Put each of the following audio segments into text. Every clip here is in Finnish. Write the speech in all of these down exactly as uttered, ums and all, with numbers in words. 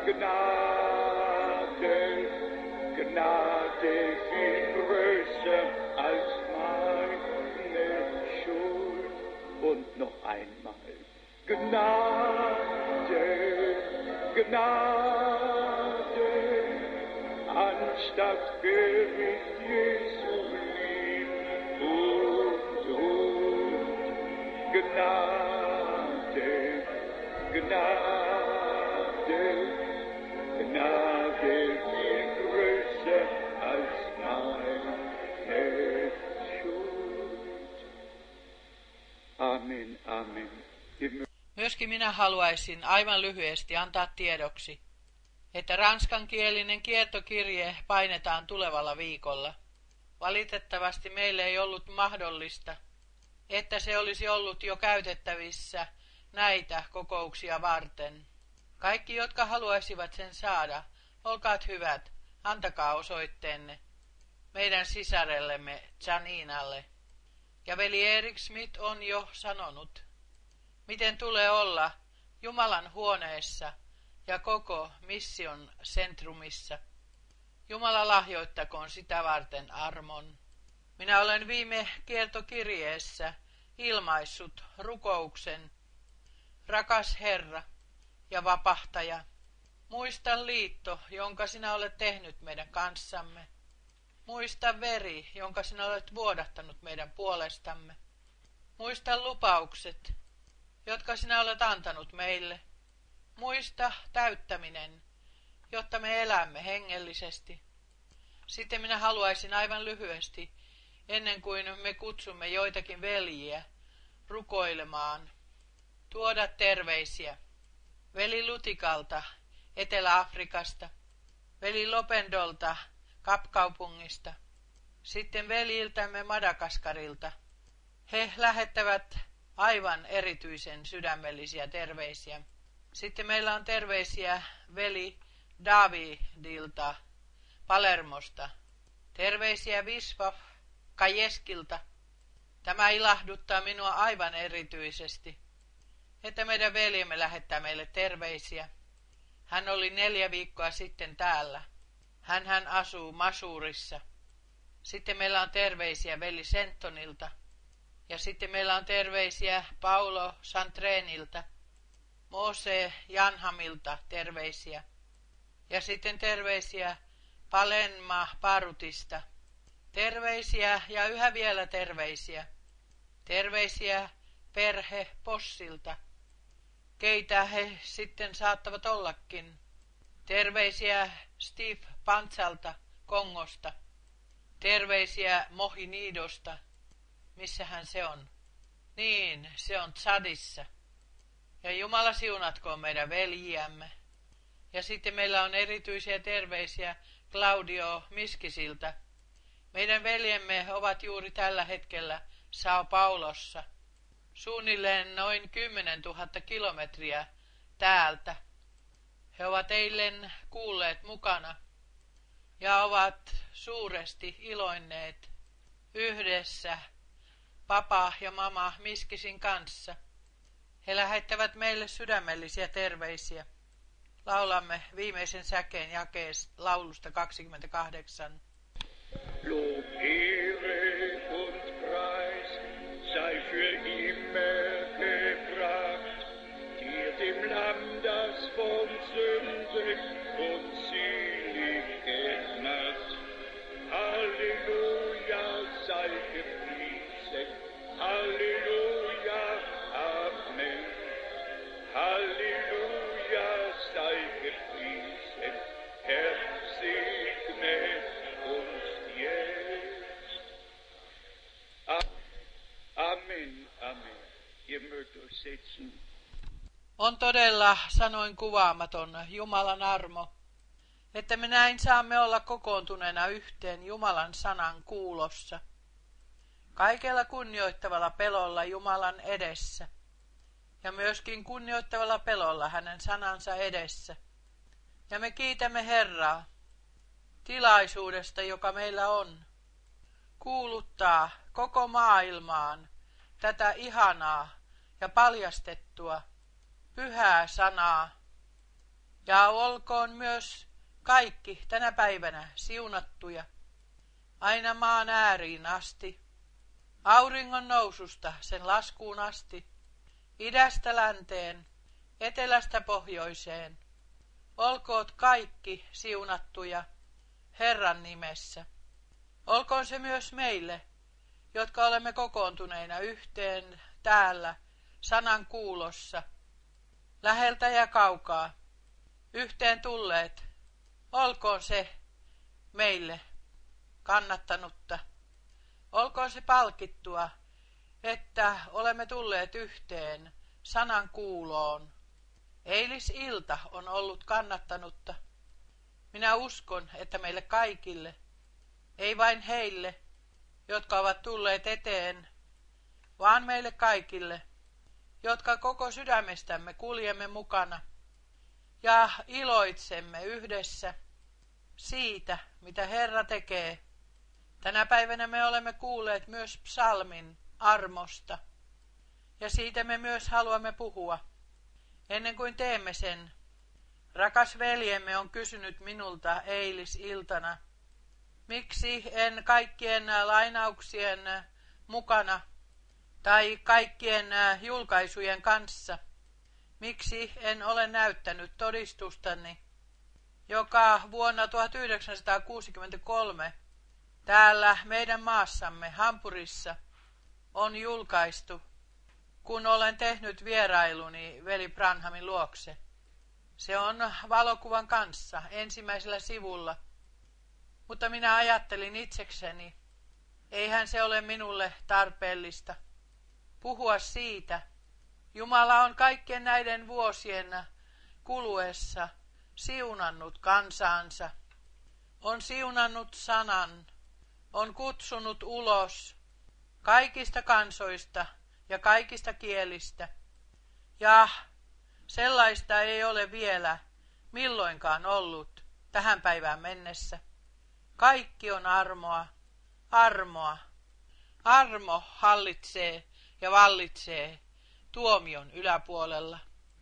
Gnade, Gnade viel größer als meine Schuld. Und noch einmal, Gnade, Gnade, anstatt Gericht Jesu lieb und Tod. Gnade, Gnade, Gnade viel größer als meine Schuld. Amen, amen. Myöskin minä haluaisin aivan lyhyesti antaa tiedoksi, että ranskankielinen kiertokirje painetaan tulevalla viikolla. Valitettavasti meille ei ollut mahdollista, että se olisi ollut jo käytettävissä näitä kokouksia varten. Kaikki, jotka haluaisivat sen saada, olkaat hyvät, antakaa osoitteenne meidän sisarellemme Janinalle. Ja veli Erik Smith on jo sanonut, miten tulee olla Jumalan huoneessa ja koko mission centrumissa. Jumala lahjoittakoon sitä varten armon. Minä olen viime kiertokirjeessä ilmaissut rukouksen. Rakas Herra ja vapahtaja, muista liitto, jonka sinä olet tehnyt meidän kanssamme. Muista veri, jonka sinä olet vuodattanut meidän puolestamme. Muista lupaukset, jotka sinä olet antanut meille. Muista täyttäminen, jotta me elämme hengellisesti. Sitten minä haluaisin aivan lyhyesti, ennen kuin me kutsumme joitakin veljiä rukoilemaan, tuoda terveisiä. Veli Lutikalta Etelä-Afrikasta, veli Lopendolta Kapkaupungista, sitten veljiltämme Madagaskarilta. He lähettävät aivan erityisen sydämellisiä terveisiä. Sitten meillä on terveisiä veli Davidilta Palermosta, terveisiä Visva Kajeskilta. Tämä ilahduttaa minua aivan erityisesti, että meidän veljemme lähettää meille terveisiä. Hän oli neljä viikkoa sitten täällä. Hän hän asuu Masurissa. Sitten meillä on terveisiä veli Sentonilta. Ja sitten meillä on terveisiä Paulo Santreenilta, Mose Janhamilta terveisiä. Ja sitten terveisiä Palenma Parutista. Terveisiä ja yhä vielä terveisiä. Terveisiä perhe Possilta. Keitä he sitten saattavat ollakin. Terveisiä Steve Pantsalta Kongosta. Terveisiä Mohiniidosta. Missähän se on? Niin, se on Tsadissa. Ja Jumala siunatkoon meidän veljiämme. Ja sitten meillä on erityisiä terveisiä Claudio Miskisiltä. Meidän veljemme ovat juuri tällä hetkellä Sao Paulossa. Suunnilleen noin kymmenen tuhatta kilometriä täältä. He ovat eilen kuulleet mukana ja ovat suuresti iloinneet yhdessä papa ja mama Miskisin kanssa. He lähettävät meille sydämellisiä terveisiä. Laulamme viimeisen säkeen jakees laulusta kaksikymmentäkahdeksan. Lob, Ehre und Preis sei für immer gebracht, dir dem Lamm, das von Sünde und Seligkeit macht. Halleluja, sei gepriesen, Halleluja, Amen. Halleluja, sei gepriesen, Herr segne uns jetzt. Amen, Amen. Ihr mögt euch setzen. On todella sanoin kuvaamaton Jumalan armo, että me näin saamme olla kokoontuneena yhteen Jumalan sanan kuulossa, kaikella kunnioittavalla pelolla Jumalan edessä ja myöskin kunnioittavalla pelolla hänen sanansa edessä. Ja me kiitämme Herraa tilaisuudesta, joka meillä on, kuuluttaa koko maailmaan tätä ihanaa ja paljastettua pyhää sanaa, Ja olkoon myös kaikki tänä päivänä siunattuja, aina maan ääriin asti, auringon noususta sen laskuun asti, idästä länteen, etelästä pohjoiseen. Olkoot kaikki siunattuja Herran nimessä. Olkoon se myös meille, jotka olemme kokoontuneina yhteen täällä sanan kuulossa, läheltä ja kaukaa, yhteen tulleet. Olkoon se meille kannattanutta. Olkoon se palkittua, että olemme tulleet yhteen sanan kuuloon. Eilisilta on ollut kannattanutta. Minä uskon, että meille kaikille, ei vain heille, jotka ovat tulleet eteen, vaan meille kaikille, jotka koko sydämestämme kuljemme mukana ja iloitsemme yhdessä siitä, mitä Herra tekee. Tänä päivänä me olemme kuulleet myös psalmin armosta, ja siitä me myös haluamme puhua. Ennen kuin teemme sen, rakas veljemme on kysynyt minulta eilisiltana, miksi en kaikkien lainauksien mukana tai kaikkien julkaisujen kanssa, miksi en ole näyttänyt todistustani, joka vuonna tuhatyhdeksänsataakuusikymmentäkolme täällä meidän maassamme Hampurissa on julkaistu, kun olen tehnyt vierailuni veli Branhamin luokse. Se on valokuvan kanssa ensimmäisellä sivulla, mutta minä ajattelin itsekseni, eihän se ole minulle tarpeellista puhua siitä. Jumala on kaikkien näiden vuosien kuluessa siunannut kansaansa, on siunannut sanan, on kutsunut ulos kaikista kansoista ja kaikista kielistä, ja sellaista ei ole vielä milloinkaan ollut tähän päivään mennessä. Kaikki on armoa, armoa. Armo hallitsee ja vallitsee tuomion yläpuolella.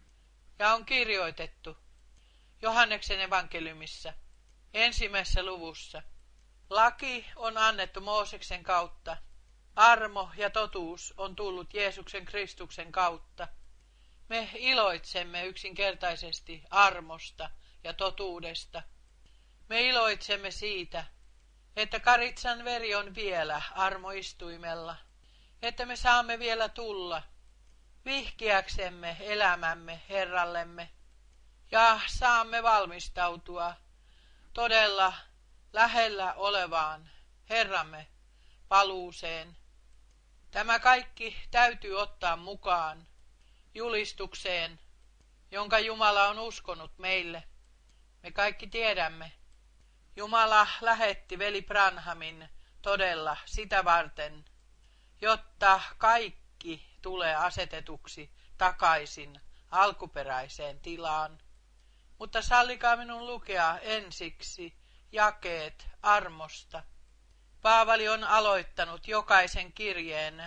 Ja on kirjoitettu Johanneksen evankeliumissa ensimmäisessä luvussa. Laki on annettu Mooseksen kautta. Armo ja totuus on tullut Jeesuksen Kristuksen kautta. Me iloitsemme yksinkertaisesti armosta ja totuudesta. Me iloitsemme siitä, että Karitsan veri on vielä armoistuimella, että me saamme vielä tulla vihkiäksemme elämämme Herrallemme ja saamme valmistautua todella lähellä olevaan Herramme paluuseen. Tämä kaikki täytyy ottaa mukaan julistukseen, jonka Jumala on uskonut meille. Me kaikki tiedämme, Jumala lähetti veli Branhamin todella sitä varten, jotta kaikki tulee asetetuksi takaisin alkuperäiseen tilaan. Mutta sallikaa minun lukea ensiksi jakeet armosta. Paavali on aloittanut jokaisen kirjeen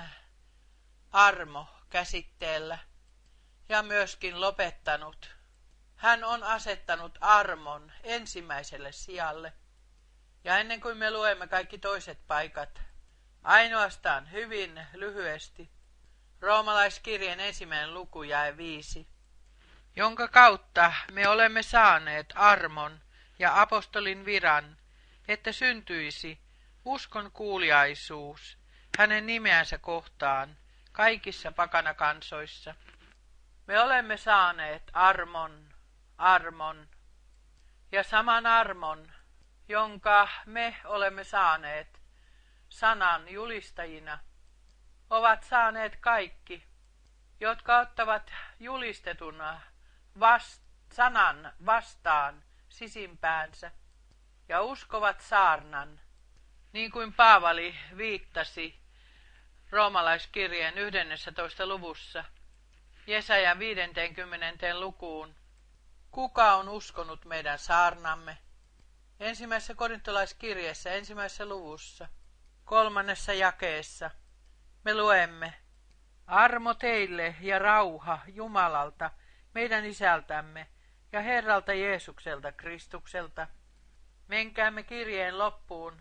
armo-käsitteellä ja myöskin lopettanut. Hän on asettanut armon ensimmäiselle sijalle. Ja ennen kuin me luemme kaikki toiset paikat, ainoastaan hyvin lyhyesti, Roomalaiskirjeen ensimmäinen luku jae viisi, jonka kautta me olemme saaneet armon ja apostolin viran, että syntyisi uskon kuuliaisuus hänen nimeänsä kohtaan kaikissa pakanakansoissa. Me olemme saaneet armon, armon ja saman armon, jonka me olemme saaneet sanan julistajina, ovat saaneet kaikki, jotka ottavat julistetuna vast, sanan vastaan sisimpäänsä ja uskovat saarnan, niin kuin Paavali viittasi Roomalaiskirjeen yhdennentoista luvussa, Jesajan viidentenakymmenenteen lukuun. Kuka on uskonut meidän saarnamme? Ensimmäisessä korintolaiskirjeessä ensimmäisessä luvussa, kolmannessa jakeessa, me luemme: armo teille ja rauha Jumalalta, meidän isältämme ja Herralta Jeesukselta Kristukselta. Menkäämme kirjeen loppuun.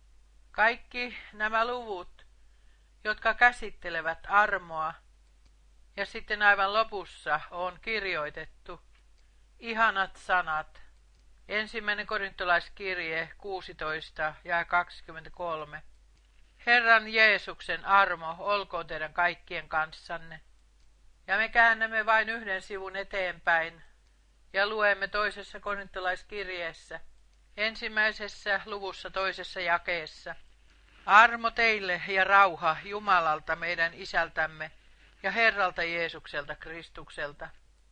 Kaikki nämä luvut, jotka käsittelevät armoa, ja sitten aivan lopussa on kirjoitettu ihanat sanat. Ensimmäinen korintolaiskirje kuusitoista ja kaksikymmentäkolme. Herran Jeesuksen armo olkoon teidän kaikkien kanssanne. Ja me käännämme vain yhden sivun eteenpäin ja luemme toisessa korintolaiskirjeessä, ensimmäisessä luvussa toisessa jakeessa. Armo teille ja rauha Jumalalta meidän Isältämme ja Herralta Jeesukselta Kristukselta.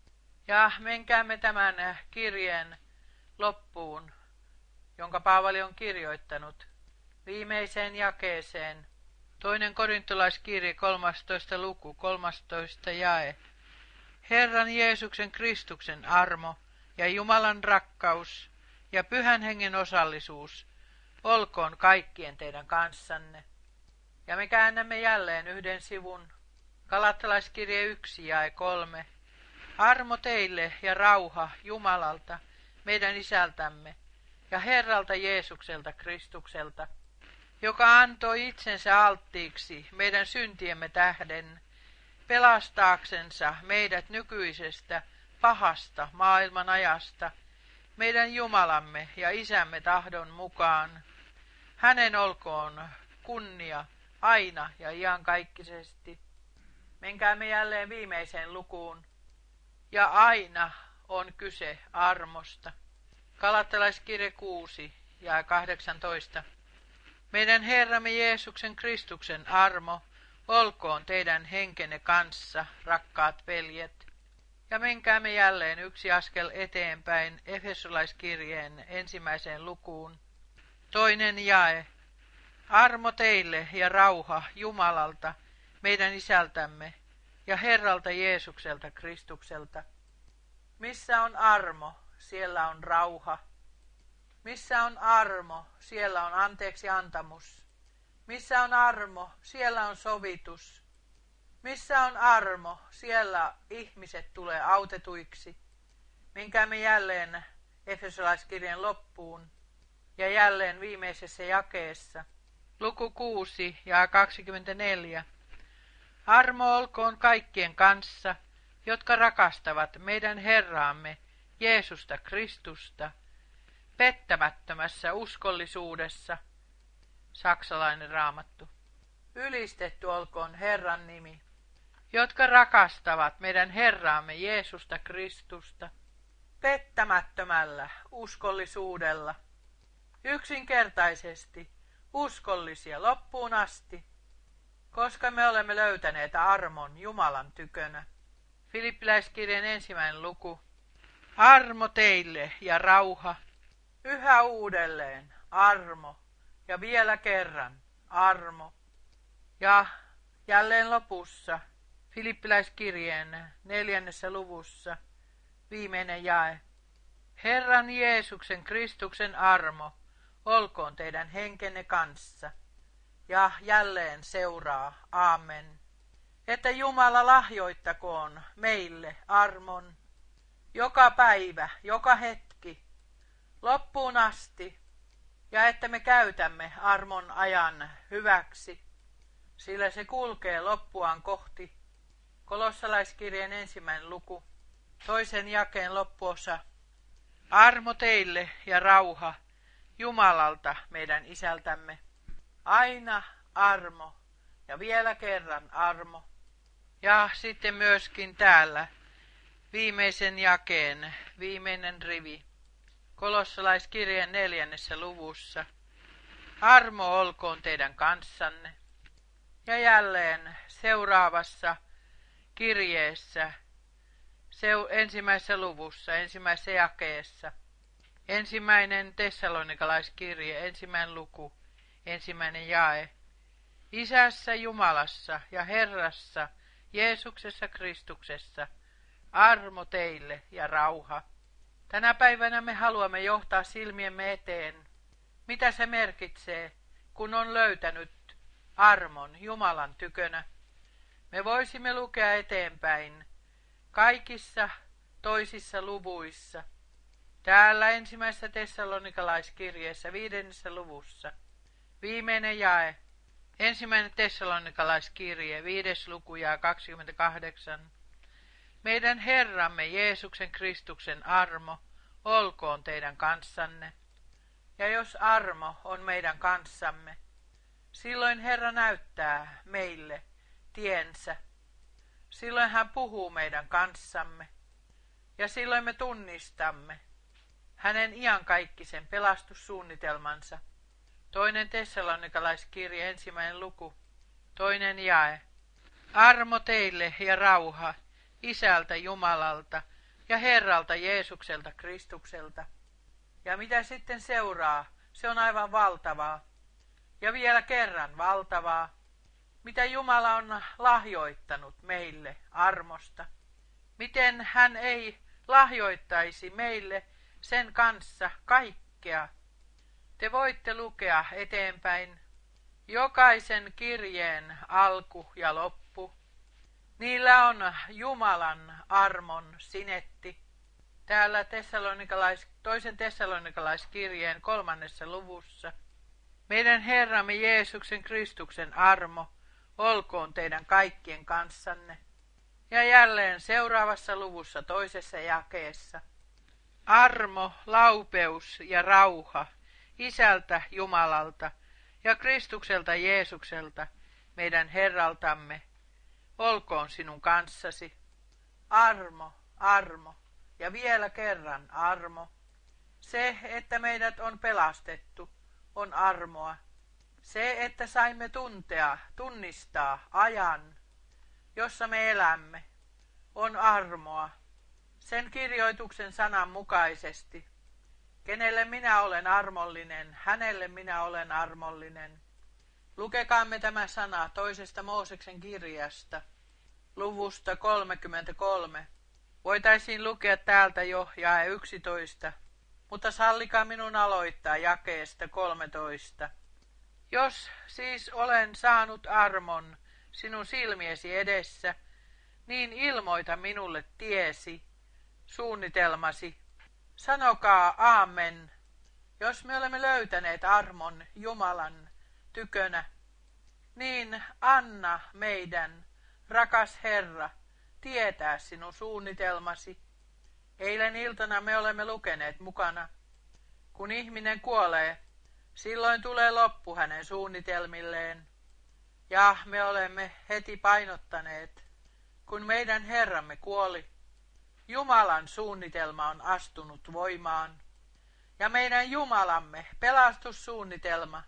Ja menkäämme tämän kirjeen loppuun, jonka Paavali on kirjoittanut, viimeiseen jakeeseen. Toinen korintolaiskirje, kolmastoista luku, kolmastoista jae. Herran Jeesuksen Kristuksen armo ja Jumalan rakkaus ja Pyhän Hengen osallisuus olkoon kaikkien teidän kanssanne. Ja me käännämme jälleen yhden sivun. Galattalaiskirje yksi jae kolme. Armo teille ja rauha Jumalalta, meidän Isältämme ja Herralta Jeesukselta Kristukselta, joka antoi itsensä alttiiksi meidän syntiemme tähden, pelastaaksensa meidät nykyisestä pahasta maailman ajasta, meidän Jumalamme ja Isämme tahdon mukaan. Hänen olkoon kunnia aina ja iankaikkisesti. Menkäämme jälleen viimeiseen lukuun. Ja aina on kyse armosta. Galattalaiskirje kuusi ja kahdeksantoista. Meidän Herramme Jeesuksen Kristuksen armo olkoon teidän henkenne kanssa, rakkaat veljet. Ja menkäämme jälleen yksi askel eteenpäin Efesolaiskirjeen ensimmäiseen lukuun. Toinen jae. Armo teille ja rauha Jumalalta, meidän Isältämme ja Herralta Jeesukselta Kristukselta. Missä on armo, siellä on rauha. Missä on armo, siellä on anteeksi antamus. Missä on armo, siellä on sovitus. Missä on armo, siellä ihmiset tulee autetuiksi. Menkäämme jälleen Efesolaiskirjan loppuun ja jälleen viimeisessä jakeessa. Luku kuusi ja kaksikymmentäneljä. Armo olkoon kaikkien kanssa, jotka rakastavat meidän Herraamme Jeesusta Kristusta, pettämättömässä uskollisuudessa. Saksalainen raamattu. Ylistetty olkoon Herran nimi, jotka rakastavat meidän Herraamme Jeesusta Kristusta, pettämättömällä uskollisuudella, yksinkertaisesti uskollisia loppuun asti, koska me olemme löytäneet armon Jumalan tykönä. Filippiläiskirjan ensimmäinen luku. Armo teille ja rauha. Yhä uudelleen armo ja vielä kerran armo. Ja jälleen lopussa Filippiläiskirjeen neljännessä luvussa viimeinen jae. Herran Jeesuksen Kristuksen armo olkoon teidän henkenne kanssa. Ja jälleen seuraa, aamen. Että Jumala lahjoittakoon meille armon joka päivä, joka hetki, loppuun asti, ja että me käytämme armon ajan hyväksi, sillä se kulkee loppuaan kohti. Kolossalaiskirjeen ensimmäinen luku, toisen jakeen loppuosa. Armo teille ja rauha Jumalalta meidän Isältämme. Aina armo ja vielä kerran armo. Ja sitten myöskin täällä viimeisen jakeen viimeinen rivi. Kolossalaiskirjeen neljännessä luvussa. Armo olkoon teidän kanssanne. Ja jälleen seuraavassa kirjeessä, ensimmäisessä luvussa, ensimmäisessä jakeessa. Ensimmäinen tessalonikalaiskirje, ensimmäinen luku, ensimmäinen jae. Isässä Jumalassa ja Herrassa Jeesuksessa Kristuksessa armo teille ja rauha. Tänä päivänä me haluamme johtaa silmiemme eteen, mitä se merkitsee, kun on löytänyt armon Jumalan tykönä. Me voisimme lukea eteenpäin kaikissa toisissa luvuissa. Täällä ensimmäisessä tessalonikalaiskirjeessä viidennessä luvussa. Viimeinen jae. Ensimmäinen tessalonikalaiskirje, viides luku ja kaksikymmentäkahdeksan. Meidän Herramme Jeesuksen Kristuksen armo olkoon teidän kanssanne. Ja jos armo on meidän kanssamme, silloin Herra näyttää meille tiensä. Silloin hän puhuu meidän kanssamme. Ja silloin me tunnistamme hänen iankaikkisen pelastussuunnitelmansa. Toinen tessalonikalaiskirje, ensimmäinen luku, toinen jae. Armo teille ja rauha Isältä Jumalalta ja Herralta Jeesukselta Kristukselta. Ja mitä sitten seuraa, se on aivan valtavaa. Ja vielä kerran valtavaa, mitä Jumala on lahjoittanut meille armosta. Miten hän ei lahjoittaisi meille sen kanssa kaikkea. Te voitte lukea eteenpäin jokaisen kirjeen alku ja loppu. Niillä on Jumalan armon sinetti. Täällä tessalonikalais, toisen tessalonikalaiskirjeen kolmannessa luvussa. Meidän Herramme Jeesuksen Kristuksen armo olkoon teidän kaikkien kanssanne. Ja jälleen seuraavassa luvussa toisessa jakeessa. Armo, laupeus ja rauha Isältä Jumalalta ja Kristukselta Jeesukselta, meidän Herraltamme, olkoon sinun kanssasi. Armo, armo ja vielä kerran armo. Se, että meidät on pelastettu, on armoa. Se, että saimme tuntea, tunnistaa ajan, jossa me elämme, on armoa. Sen kirjoituksen sanan mukaisesti. Kenelle minä olen armollinen, hänelle minä olen armollinen. Lukekaamme tämä sana toisesta Mooseksen kirjasta, luvusta kolmekymmentäkolme. Voitaisiin lukea täältä jo jae yksitoista, mutta sallikaa minun aloittaa jakeesta kolmetoista. Jos siis olen saanut armon sinun silmiesi edessä, niin ilmoita minulle tiesi, suunnitelmasi. Sanokaa aamen, jos me olemme löytäneet armon Jumalan tykönä, niin anna meidän, rakas Herra, tietää sinun suunnitelmasi. Eilen iltana me olemme lukeneet mukana. Kun ihminen kuolee, silloin tulee loppu hänen suunnitelmilleen. Ja me olemme heti painottaneet, kun meidän Herramme kuoli, Jumalan suunnitelma on astunut voimaan. Ja meidän Jumalamme pelastussuunnitelma,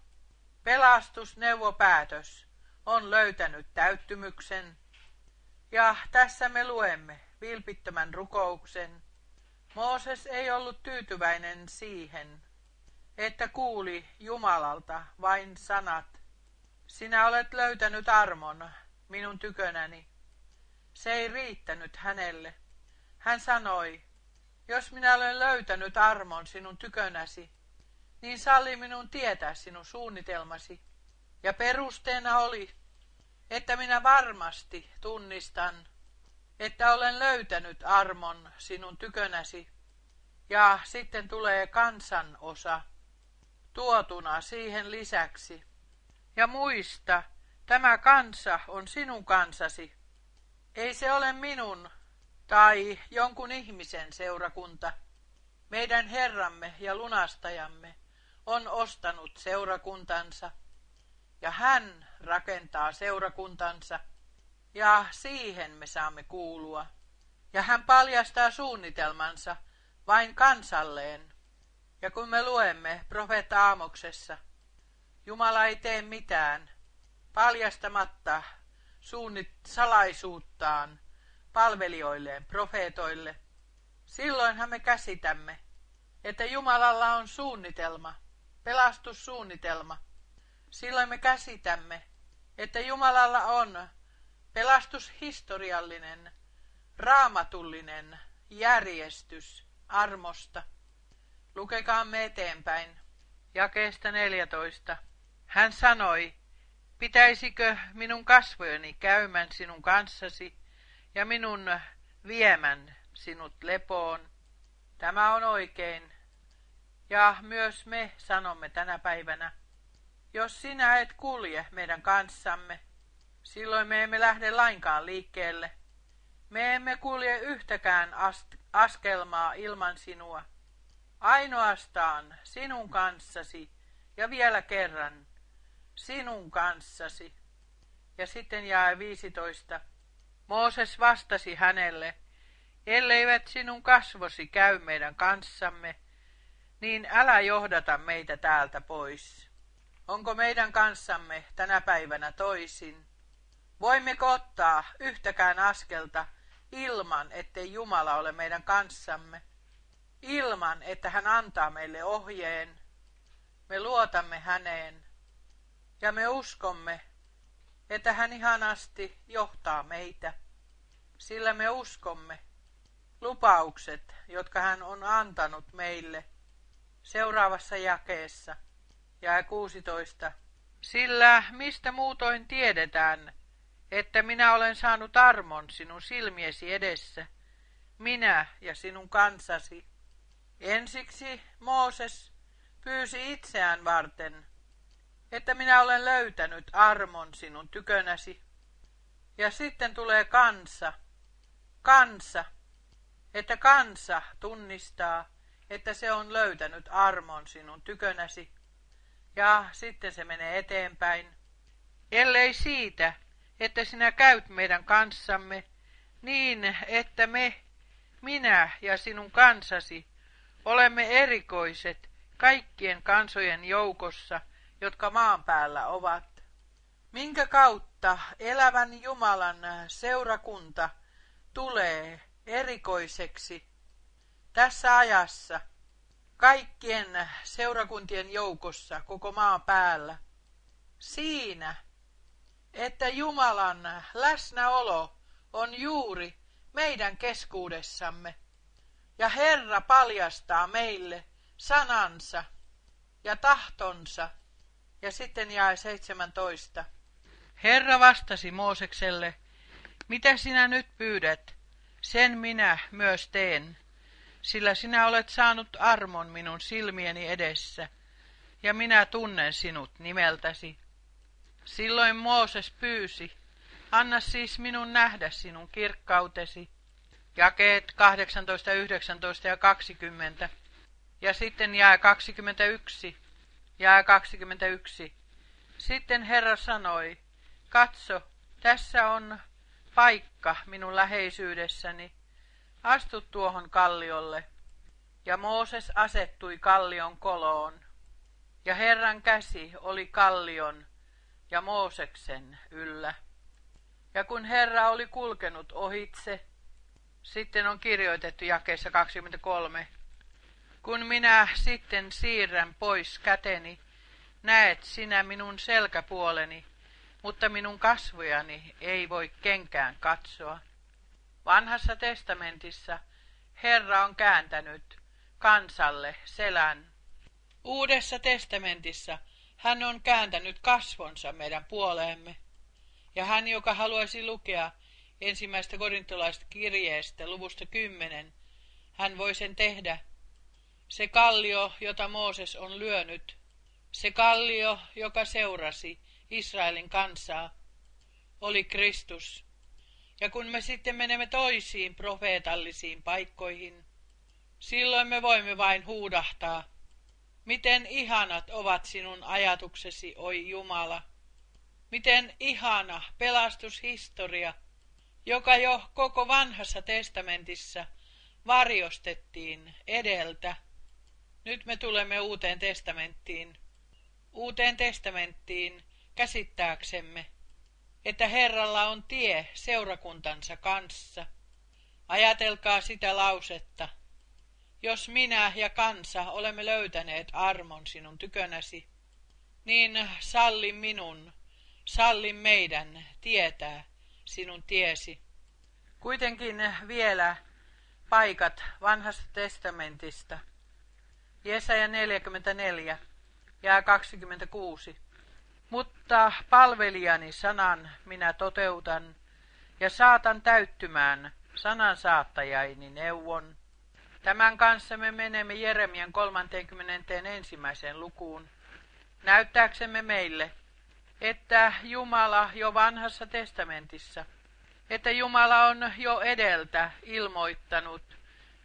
pelastusneuvopäätös, on löytänyt täyttymyksen. Ja tässä me luemme vilpittömän rukouksen. Mooses ei ollut tyytyväinen siihen, että kuuli Jumalalta vain sanat. Sinä olet löytänyt armon minun tykönäni. Se ei riittänyt hänelle. Hän sanoi, jos minä olen löytänyt armon sinun tykönäsi, niin salli minun tietää sinun suunnitelmasi. Ja perusteena oli, että minä varmasti tunnistan, että olen löytänyt armon sinun tykönäsi. Ja sitten tulee kansanosa tuotuna siihen lisäksi. Ja muista, tämä kansa on sinun kansasi. Ei se ole minun tai jonkun ihmisen seurakunta. Meidän Herramme ja lunastajamme on ostanut seurakuntansa. Ja hän rakentaa seurakuntansa. Ja siihen me saamme kuulua. Ja hän paljastaa suunnitelmansa vain kansalleen. Ja kun me luemme profeetta Aamoksessa, Jumala ei tee mitään paljastamatta suunnit salaisuuttaan palvelijoilleen, profeetoille. Silloinhan me käsitämme, että Jumalalla on suunnitelma, pelastussuunnitelma. Silloin me käsitämme, että Jumalalla on pelastushistoriallinen, raamatullinen järjestys armosta. Lukekaamme eteenpäin. Jakeesta neljätoista. Hän sanoi, pitäisikö minun kasvojeni käymän sinun kanssasi ja minun viemän sinut lepoon. Tämä on oikein. Ja myös me sanomme tänä päivänä, jos sinä et kulje meidän kanssamme, silloin me emme lähde lainkaan liikkeelle. Me emme kulje yhtäkään askelmaa ilman sinua. Ainoastaan sinun kanssasi ja vielä kerran sinun kanssasi. Ja sitten jae viisitoista. Mooses vastasi hänelle, elleivät sinun kasvosi käy meidän kanssamme, niin älä johdata meitä täältä pois. Onko meidän kanssamme tänä päivänä toisin? Voimmeko ottaa yhtäkään askelta ilman, ettei Jumala ole meidän kanssamme? Ilman, että hän antaa meille ohjeen. Me luotamme häneen ja me uskomme, että hän ihanasti johtaa meitä, sillä me uskomme lupaukset, jotka hän on antanut meille. Seuraavassa jakeessa, jae kuusitoista. Sillä mistä muutoin tiedetään, että minä olen saanut armon sinun silmiesi edessä, minä ja sinun kansasi. Ensiksi Mooses pyysi itseään varten, että minä olen löytänyt armon sinun tykönäsi. Ja sitten tulee kansa, kansa, että kansa tunnistaa, että se on löytänyt armon sinun tykönäsi. Ja sitten se menee eteenpäin. Ellei siitä, että sinä käyt meidän kanssamme, niin että me, minä ja sinun kansasi, olemme erikoiset kaikkien kansojen joukossa, jotka maan päällä ovat. Minkä kautta elävän Jumalan seurakunta tulee erikoiseksi tässä ajassa, kaikkien seurakuntien joukossa koko maan päällä? Siinä, että Jumalan läsnäolo on juuri meidän keskuudessamme. Ja Herra paljastaa meille sanansa ja tahtonsa. Ja sitten jae seitsemäntoista. Herra vastasi Moosekselle, mitä sinä nyt pyydät, sen minä myös teen, sillä sinä olet saanut armon minun silmieni edessä, ja minä tunnen sinut nimeltäsi. Silloin Mooses pyysi, anna siis minun nähdä sinun kirkkautesi. Jakeet kahdeksantoista, yhdeksäntoista ja kaksikymmentä. Ja sitten jae kaksikymmentäyksi. Jae kaksikymmentäyksi. Sitten Herra sanoi, katso, tässä on paikka minun läheisyydessäni. Astu tuohon kalliolle. Ja Mooses asettui kallion koloon. Ja Herran käsi oli kallion ja Mooseksen yllä. Ja kun Herra oli kulkenut ohitse, sitten on kirjoitettu jakeessa kaksikymmentäkolme. Kun minä sitten siirrän pois käteni, näet sinä minun selkäpuoleni, mutta minun kasvojani ei voi kenkään katsoa. Vanhassa testamentissa Herra on kääntänyt kansalle selän. Uudessa testamentissa hän on kääntänyt kasvonsa meidän puoleemme. Ja hän, joka haluaisi lukea ensimmäistä korintolaista kirjeestä luvusta kymmenen, hän voi sen tehdä. Se kallio, jota Mooses on lyönyt, se kallio, joka seurasi Israelin kansaa, oli Kristus. Ja kun me sitten menemme toisiin profeetallisiin paikkoihin, silloin me voimme vain huudahtaa, miten ihanat ovat sinun ajatuksesi, oi Jumala. Miten ihana pelastushistoria, joka jo koko vanhassa testamentissa varjostettiin edeltä. Nyt me tulemme uuteen testamenttiin. Uuteen testamenttiin käsittääksemme, että Herralla on tie seurakuntansa kanssa. Ajatelkaa sitä lausetta. Jos minä ja kansa olemme löytäneet armon sinun tykönäsi, niin salli minun, salli meidän tietää sinun tiesi. Kuitenkin vielä paikat vanhasta testamentista. Jesaja neljäkymmentäneljä ja kaksikymmentäkuusi. Mutta palvelijani sanan minä toteutan ja saatan täyttymään sanan saattajaini neuvon. Tämän kanssa me menemme Jeremian kolmantenekymmenentenensimmäiseen lukuun, näyttääksemme meille, että Jumala jo vanhassa testamentissa, että Jumala on jo edeltä ilmoittanut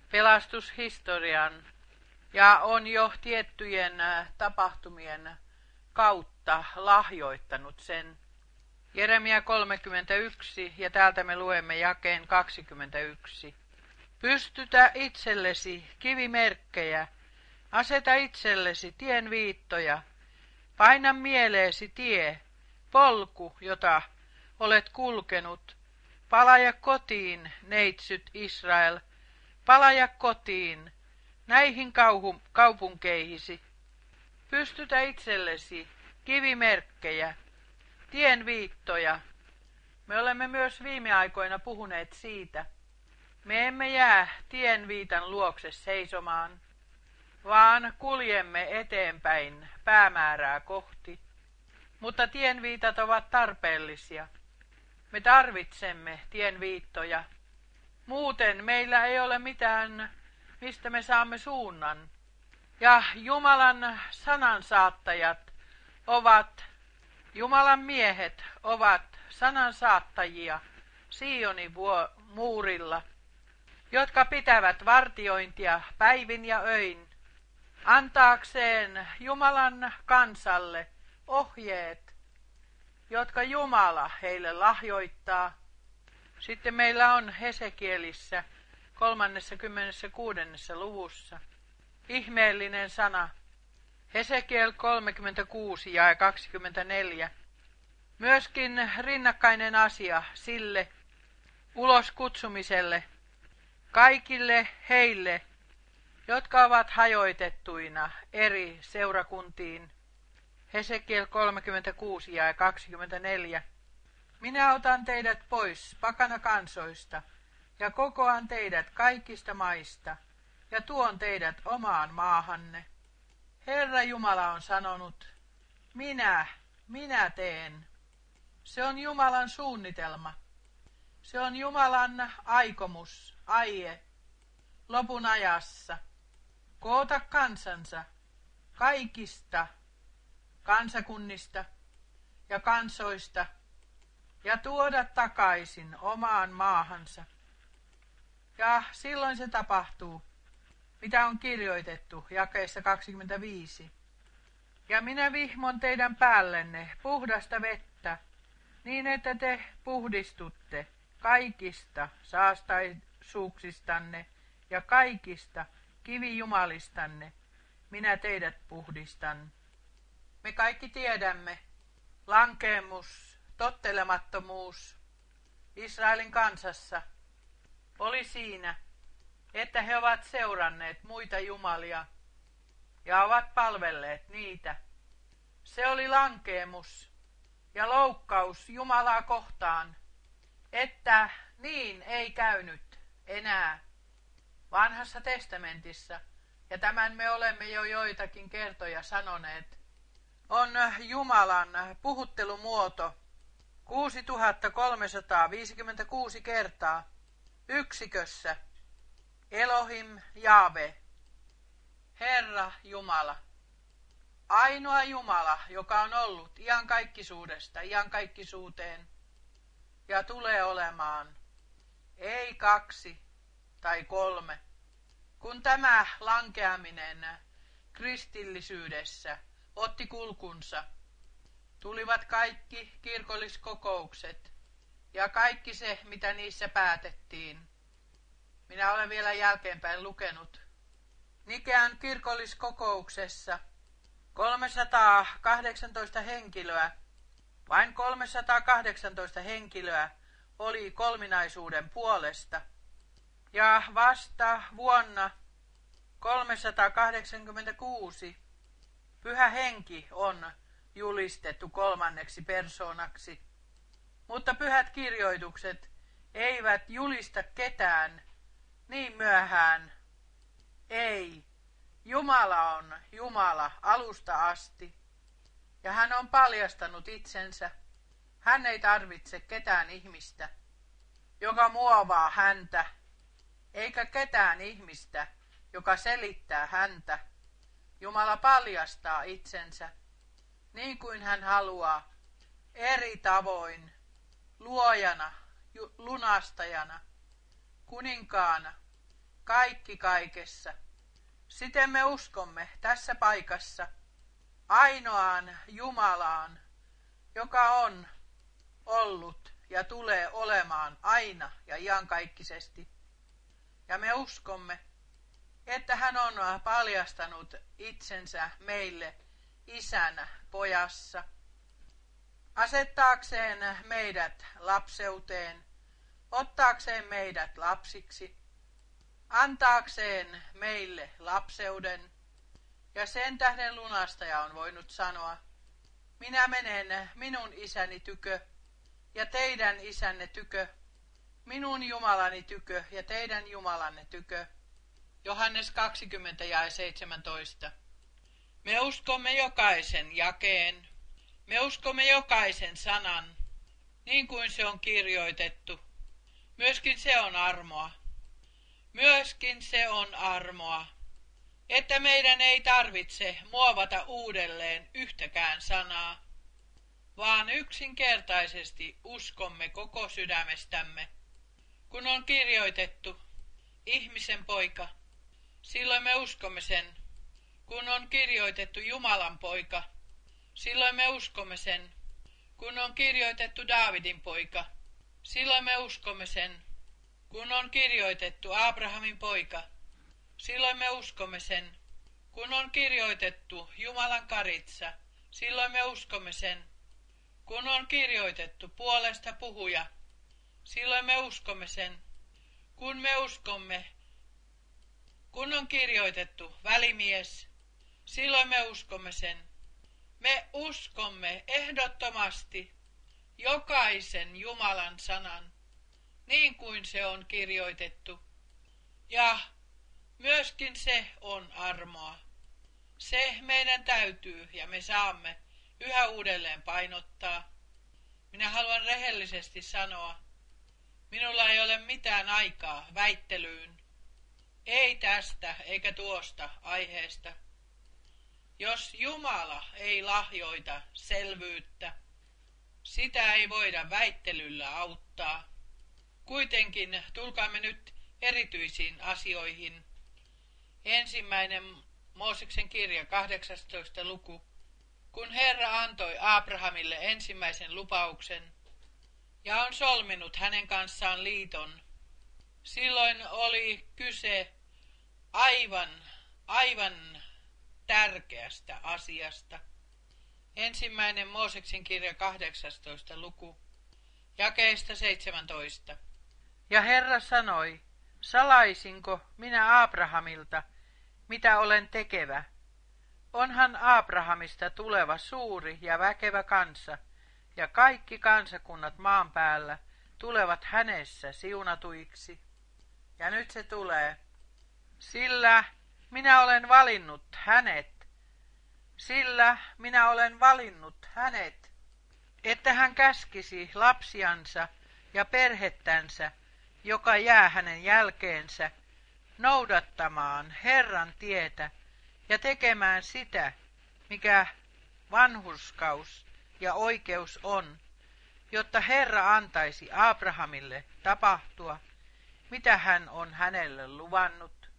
pelastushistorian ja on jo tiettyjen tapahtumien kautta lahjoittanut sen. Jeremia kolmekymmentäyksi ja täältä me luemme jakeen kaksikymmentäyksi. Pystytä itsellesi kivimerkkejä, aseta itsellesi tien viittoja, paina mieleesi tie, polku, jota olet kulkenut, palaja kotiin, neitsyt Israel, palaja kotiin, näihin kauhu, kaupunkeihisi. Pystytä itsellesi kivimerkkejä, tien viittoja. Me olemme myös viime aikoina puhuneet siitä. Me emme jää tien viitan luokse seisomaan, vaan kuljemme eteenpäin päämäärää kohti. Mutta tienviitat ovat tarpeellisia. Me tarvitsemme tienviittoja. Muuten meillä ei ole mitään, mistä me saamme suunnan. Ja Jumalan sanansaattajat ovat, Jumalan miehet ovat sanansaattajia Sionin muurilla, jotka pitävät vartiointia päivin ja öin, antaakseen Jumalan kansalle ohjeet, jotka Jumala heille lahjoittaa. Sitten meillä on Hesekielissä kolmannessakymmenennessäkuudennessa luvussa ihmeellinen sana, Hesekiel kolmekymmentäkuusi ja kaksikymmentäneljä. Myöskin rinnakkainen asia sille uloskutsumiselle, kaikille heille, jotka ovat hajoitettuina eri seurakuntiin. Hesekiel kolmekymmentäkuusi ja kaksikymmentäneljä. Minä otan teidät pois pakanakansoista ja kokoan teidät kaikista maista ja tuon teidät omaan maahanne. Herra Jumala on sanonut, minä, minä teen. Se on Jumalan suunnitelma. Se on Jumalan aikomus, aie, lopun ajassa. Koota kansansa kaikista kansakunnista ja kansoista ja tuoda takaisin omaan maahansa. Ja silloin se tapahtuu, mitä on kirjoitettu jakeessa kaksikymmentäviisi. Ja minä vihmon teidän päällenne puhdasta vettä, niin että te puhdistutte kaikista saastaisuuksistanne ja kaikista kivijumalistanne. Minä teidät puhdistan. Me kaikki tiedämme, lankeemus, tottelemattomuus Israelin kansassa oli siinä, että he ovat seuranneet muita jumalia ja ovat palvelleet niitä. Se oli lankeemus ja loukkaus Jumalaa kohtaan, että niin ei käynyt enää vanhassa testamentissa, ja tämän me olemme jo joitakin kertoja sanoneet, on Jumalan puhuttelumuoto kuusituhatta kolmesataaviisikymmentäkuusi kertaa yksikössä Elohim Jaave, Herra Jumala. Ainoa Jumala, joka on ollut iankaikkisuudesta iankaikkisuuteen ja tulee olemaan, ei kaksi tai kolme. Kun tämä lankeaminen kristillisyydessä otti kulkunsa, tulivat kaikki kirkolliskokoukset ja kaikki se, mitä niissä päätettiin. Minä olen vielä jälkeenpäin lukenut. Nikean kirkolliskokouksessa kolmesataakahdeksantoista henkilöä, vain kolmesataakahdeksantoista henkilöä oli kolminaisuuden puolesta. Ja vasta vuonna kolmesataakahdeksankymmentäkuusi Pyhä Henki on julistettu kolmanneksi persoonaksi. Mutta pyhät kirjoitukset eivät julista ketään niin myöhään. Ei. Jumala on Jumala alusta asti. Ja hän on paljastanut itsensä. Hän ei tarvitse ketään ihmistä. joka muovaa häntä, eikä ketään ihmistä, joka selittää häntä. Jumala paljastaa itsensä, niin kuin hän haluaa, eri tavoin, luojana, lunastajana, kuninkaana, kaikki kaikessa. Siten me uskomme tässä paikassa ainoaan Jumalaan, joka on ollut ja tulee olemaan aina ja iankaikkisesti. Ja me uskomme, että hän on paljastanut itsensä meille isänä pojassa, asettaakseen meidät lapseuteen, ottaakseen meidät lapsiksi, antaakseen meille lapseuden, ja sen tähden lunastaja on voinut sanoa, minä menen minun isäni tykö ja teidän isänne tykö, minun Jumalani tykö ja teidän Jumalanne tykö. Johannes kaksikymmentä ja seitsemäntoista. Me uskomme jokaisen jakeen, me uskomme jokaisen sanan, niin kuin se on kirjoitettu. Myöskin se on armoa. Myöskin se on armoa, että meidän ei tarvitse muovata uudelleen yhtäkään sanaa, vaan yksinkertaisesti uskomme koko sydämestämme. Kun on kirjoitettu ihmisen poika, silloin me uskomme sen. Kun on kirjoitettu Jumalan poika, silloin me uskomme sen. Kun on kirjoitettu Daavidin poika, silloin me uskomme sen. Kun on kirjoitettu Abrahamin poika, silloin me uskomme sen. Kun on kirjoitettu Jumalan karitsa, silloin me uskomme sen. Kun on kirjoitettu puolesta puhuja, silloin me uskomme sen. Kun me uskomme, kun on kirjoitettu välimies, silloin me uskomme sen. Me uskomme ehdottomasti jokaisen Jumalan sanan, niin kuin se on kirjoitettu. Ja myöskin se on armoa. Se meidän täytyy ja me saamme yhä uudelleen painottaa. Minä haluan rehellisesti sanoa, minulla ei ole mitään aikaa väittelyyn. Ei tästä eikä tuosta aiheesta. Jos Jumala ei lahjoita selvyyttä, sitä ei voida väittelyllä auttaa. Kuitenkin tulkaamme nyt erityisiin asioihin. Ensimmäinen Mooseksen kirja, kahdeksastoista luku. Kun Herra antoi Abrahamille ensimmäisen lupauksen ja on solminut hänen kanssaan liiton, silloin oli kyse aivan, aivan tärkeästä asiasta. Ensimmäinen Mooseksen kirja, kahdeksastoista luku, jakeesta seitsemäntoista. Ja Herra sanoi, salaisinko minä Abrahamilta, mitä olen tekevä? Onhan Abrahamista tuleva suuri ja väkevä kansa, ja kaikki kansakunnat maan päällä tulevat hänessä siunatuiksi. Ja nyt se tulee. Sillä minä olen valinnut hänet, sillä minä olen valinnut hänet, että hän käskisi lapsiansa ja perhettänsä, joka jää hänen jälkeensä, noudattamaan Herran tietä ja tekemään sitä, mikä vanhurskaus ja oikeus on, jotta Herra antaisi Abrahamille tapahtua, mitä hän on hänelle luvannut.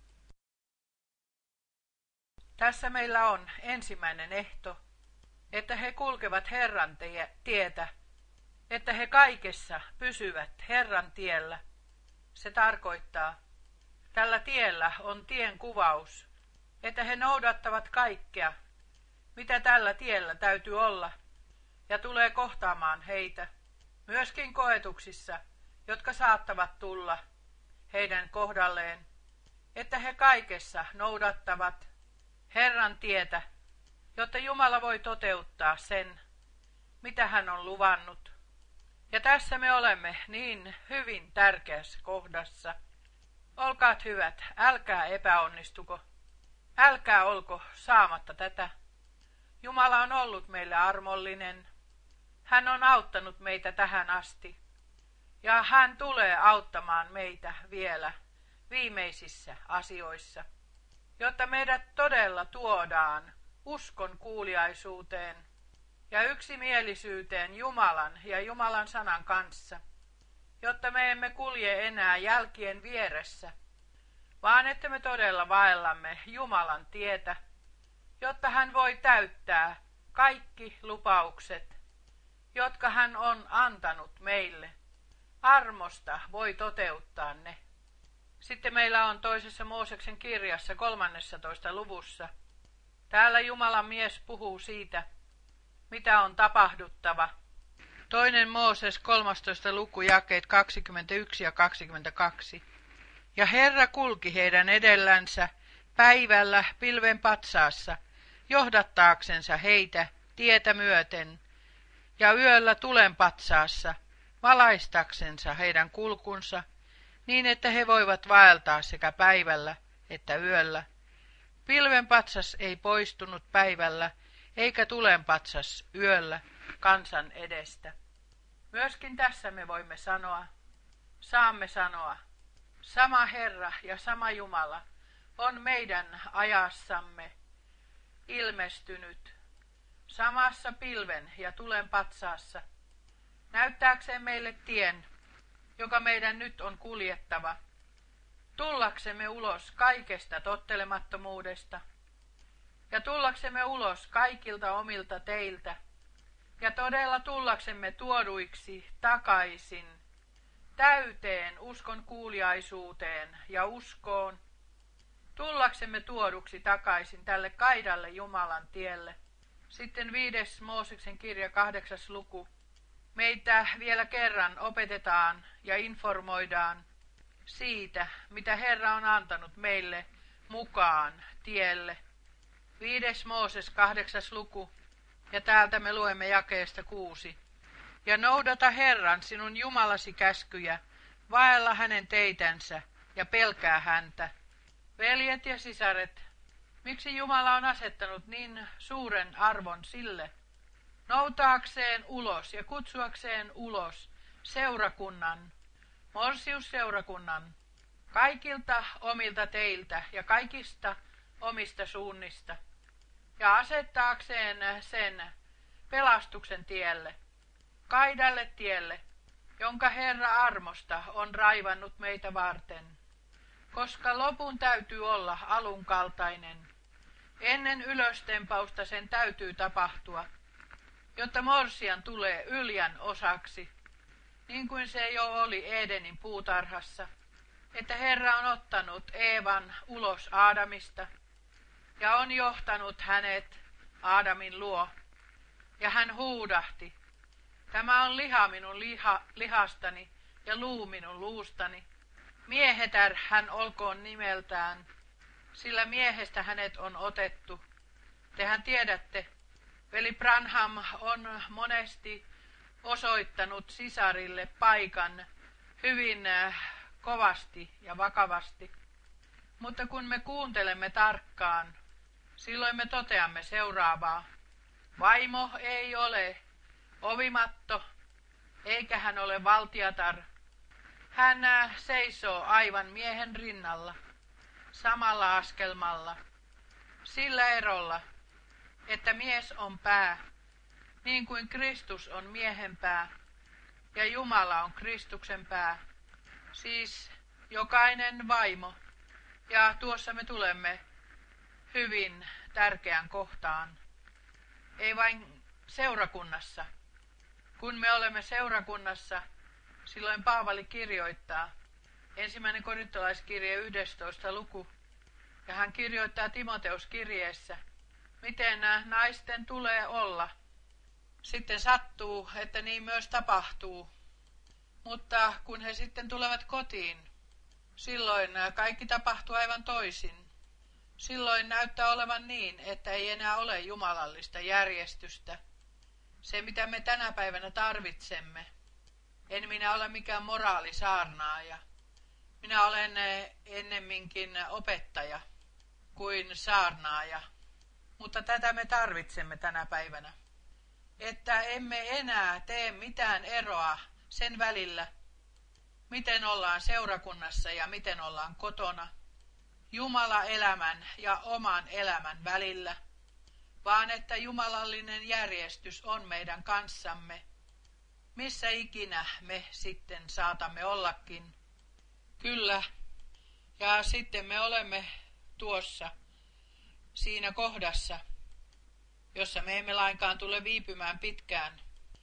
Tässä meillä on ensimmäinen ehto, että he kulkevat Herran tietä, että he kaikessa pysyvät Herran tiellä. Se tarkoittaa, tällä tiellä on tien kuvaus, että he noudattavat kaikkea, mitä tällä tiellä täytyy olla, ja tulee kohtaamaan heitä, myöskin koetuksissa, jotka saattavat tulla heidän kohdalleen, että he kaikessa noudattavat Herran tietä, jotta Jumala voi toteuttaa sen, mitä hän on luvannut. Ja tässä me olemme niin hyvin tärkeässä kohdassa. Olkaat hyvät, älkää epäonnistuko, älkää olko saamatta tätä. Jumala on ollut meille armollinen. Hän on auttanut meitä tähän asti. Ja hän tulee auttamaan meitä vielä viimeisissä asioissa, jotta meidät todella tuodaan uskon kuuliaisuuteen ja yksimielisyyteen Jumalan ja Jumalan sanan kanssa, jotta me emme kulje enää jälkien vieressä, vaan että me todella vaellamme Jumalan tietä, jotta hän voi täyttää kaikki lupaukset, jotka hän on antanut meille. Armosta voi toteuttaa ne. Sitten meillä on toisessa Mooseksen kirjassa kolmannessatoista luvussa. Täällä Jumalan mies puhuu siitä, mitä on tapahduttava. Toinen Mooses kolmastoista luku jakeet kaksikymmentäyksi ja kaksikymmentäkaksi. Ja Herra kulki heidän edellänsä päivällä pilven patsaassa, johdattaaksensa heitä tietä myöten, ja yöllä tulen patsaassa, valaistaksensa heidän kulkunsa, niin että he voivat vaeltaa sekä päivällä että yöllä. Pilven patsas ei poistunut päivällä, eikä tulen patsas yöllä kansan edestä. Myöskin tässä me voimme sanoa, saamme sanoa, sama Herra ja sama Jumala on meidän ajassamme ilmestynyt samassa pilven ja tulen patsaassa, näyttääkseen meille tien, joka meidän nyt on kuljettava, tullaksemme ulos kaikesta tottelemattomuudesta ja tullaksemme ulos kaikilta omilta teiltä ja todella tullaksemme tuoduiksi takaisin täyteen uskon kuuliaisuuteen ja uskoon, tullaksemme tuoduksi takaisin tälle kaidalle Jumalan tielle. Sitten viides Mooseksen kirja kahdeksas luku. Meitä vielä kerran opetetaan ja informoidaan siitä, mitä Herra on antanut meille mukaan tielle. Viides Mooses kahdeksas luku, ja täältä me luemme jakeesta kuusi. Ja noudata Herran sinun Jumalasi käskyjä, vaella hänen teitänsä ja pelkää häntä. Veljet ja sisaret, miksi Jumala on asettanut niin suuren arvon sille, noutaakseen ulos ja kutsuakseen ulos seurakunnan, morsiusseurakunnan, kaikilta omilta teiltä ja kaikista omista suunnista, ja asettaakseen sen pelastuksen tielle, kaidalle tielle, jonka Herra armosta on raivannut meitä varten, koska lopun täytyy olla alun kaltainen. Ennen ylöstempausta sen täytyy tapahtua, jotta morsian tulee Yljän osaksi, niin kuin se jo oli Edenin puutarhassa, että Herra on ottanut Eevan ulos Aadamista ja on johtanut hänet Aadamin luo, ja hän huudahti, tämä on liha minun liha, lihastani ja luu minun luustani. Miehetär hän olkoon nimeltään, sillä miehestä hänet on otettu. Tehän tiedätte, veli Branham on monesti osoittanut sisarille paikan hyvin kovasti ja vakavasti. Mutta kun me kuuntelemme tarkkaan, silloin me toteamme seuraavaa. Vaimo ei ole ovimatto, eikä hän ole valtiatar. Hän seisoo aivan miehen rinnalla, samalla askelmalla, sillä erolla, että mies on pää, niin kuin Kristus on miehen pää, ja Jumala on Kristuksen pää, siis jokainen vaimo. Ja tuossa me tulemme hyvin tärkeään kohtaan, ei vain seurakunnassa. Kun me olemme seurakunnassa, silloin Paavali kirjoittaa, ensimmäinen korintolaiskirje yhdestoista luku, ja hän kirjoittaa Timoteus-kirjeessä, miten naisten tulee olla. Sitten sattuu, että niin myös tapahtuu. Mutta kun he sitten tulevat kotiin, silloin kaikki tapahtuu aivan toisin. Silloin näyttää olevan niin, että ei enää ole jumalallista järjestystä. Se, mitä me tänä päivänä tarvitsemme. En minä ole mikään moraalisaarnaaja. Minä olen ennemminkin opettaja kuin saarnaaja. Mutta tätä me tarvitsemme tänä päivänä. Että emme enää tee mitään eroa sen välillä, miten ollaan seurakunnassa ja miten ollaan kotona, Jumala elämän ja oman elämän välillä, vaan että jumalallinen järjestys on meidän kanssamme, missä ikinä me sitten saatamme ollakin. Kyllä, ja sitten me olemme tuossa, siinä kohdassa, jossa me emme lainkaan tule viipymään pitkään,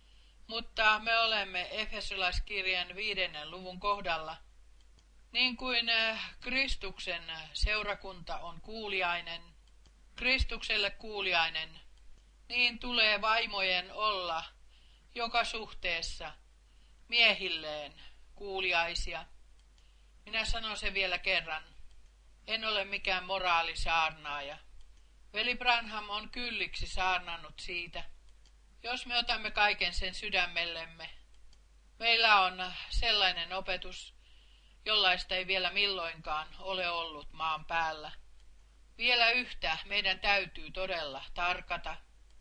mutta me olemme Efesolaiskirjan viidennen luvun kohdalla. Niin kuin Kristuksen seurakunta on kuuliainen, Kristukselle kuuliainen, niin tulee vaimojen olla joka suhteessa miehilleen kuuliaisia. Minä sanon sen vielä kerran. En ole mikään moraalisaarnaaja. Veli Branham on kylliksi saarnannut siitä. Jos me otamme kaiken sen sydämellemme, meillä on sellainen opetus, jollaista ei vielä milloinkaan ole ollut maan päällä. Vielä yhtä meidän täytyy todella tarkata.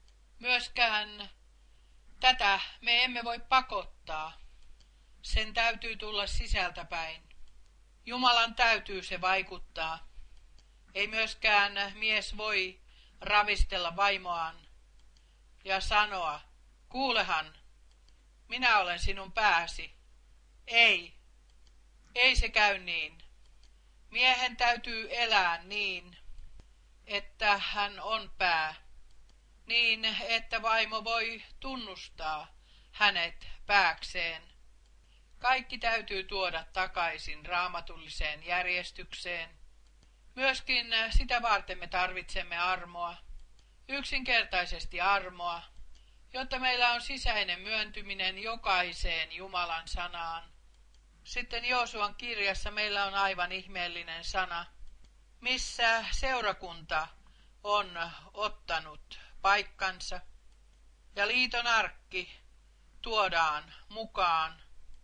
Myöskään tätä me emme voi pakottaa. Sen täytyy tulla sisältäpäin. Jumalan täytyy se vaikuttaa. Ei myöskään mies voi ravistella vaimoaan ja sanoa, kuulehan, minä olen sinun pääsi. Ei, ei se käy niin. Miehen täytyy elää niin, että hän on pää, niin että vaimo voi tunnustaa hänet pääkseen. Kaikki täytyy tuoda takaisin raamatulliseen järjestykseen. Myöskin sitä varten me tarvitsemme armoa, yksinkertaisesti armoa, jotta meillä on sisäinen myöntyminen jokaiseen Jumalan sanaan. Sitten Joosuan kirjassa meillä on aivan ihmeellinen sana, missä seurakunta on ottanut paikkansa ja liiton arkki tuodaan mukaan.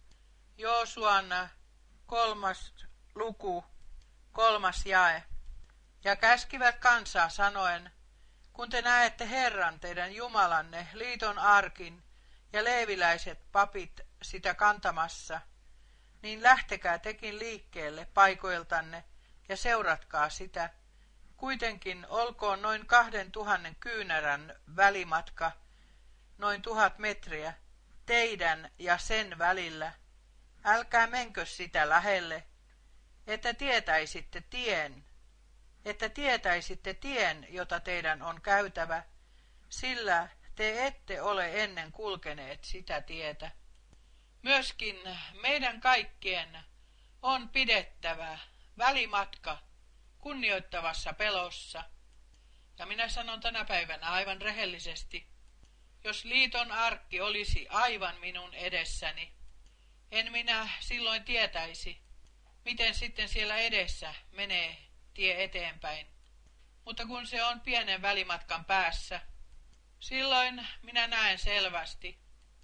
Joosuan kolmas luku, kolmas jae. Ja käskivät kansaa sanoen, kun te näette Herran teidän Jumalanne liiton arkin ja leeviläiset papit sitä kantamassa, niin lähtekää tekin liikkeelle paikoiltanne ja seuratkaa sitä. Kuitenkin olkoon noin kahden tuhannen kyynärän välimatka, noin tuhat metriä, teidän ja sen välillä. Älkää menkö sitä lähelle, että tietäisitte tien, että tietäisitte tien, jota teidän on käytävä, sillä te ette ole ennen kulkeneet sitä tietä. Myöskin meidän kaikkien on pidettävä välimatka kunnioittavassa pelossa. Ja minä sanon tänä päivänä aivan rehellisesti, jos liiton arkki olisi aivan minun edessäni, en minä silloin tietäisi, miten sitten siellä edessä menee tie eteenpäin. Mutta kun se on pienen välimatkan päässä, silloin minä näen selvästi,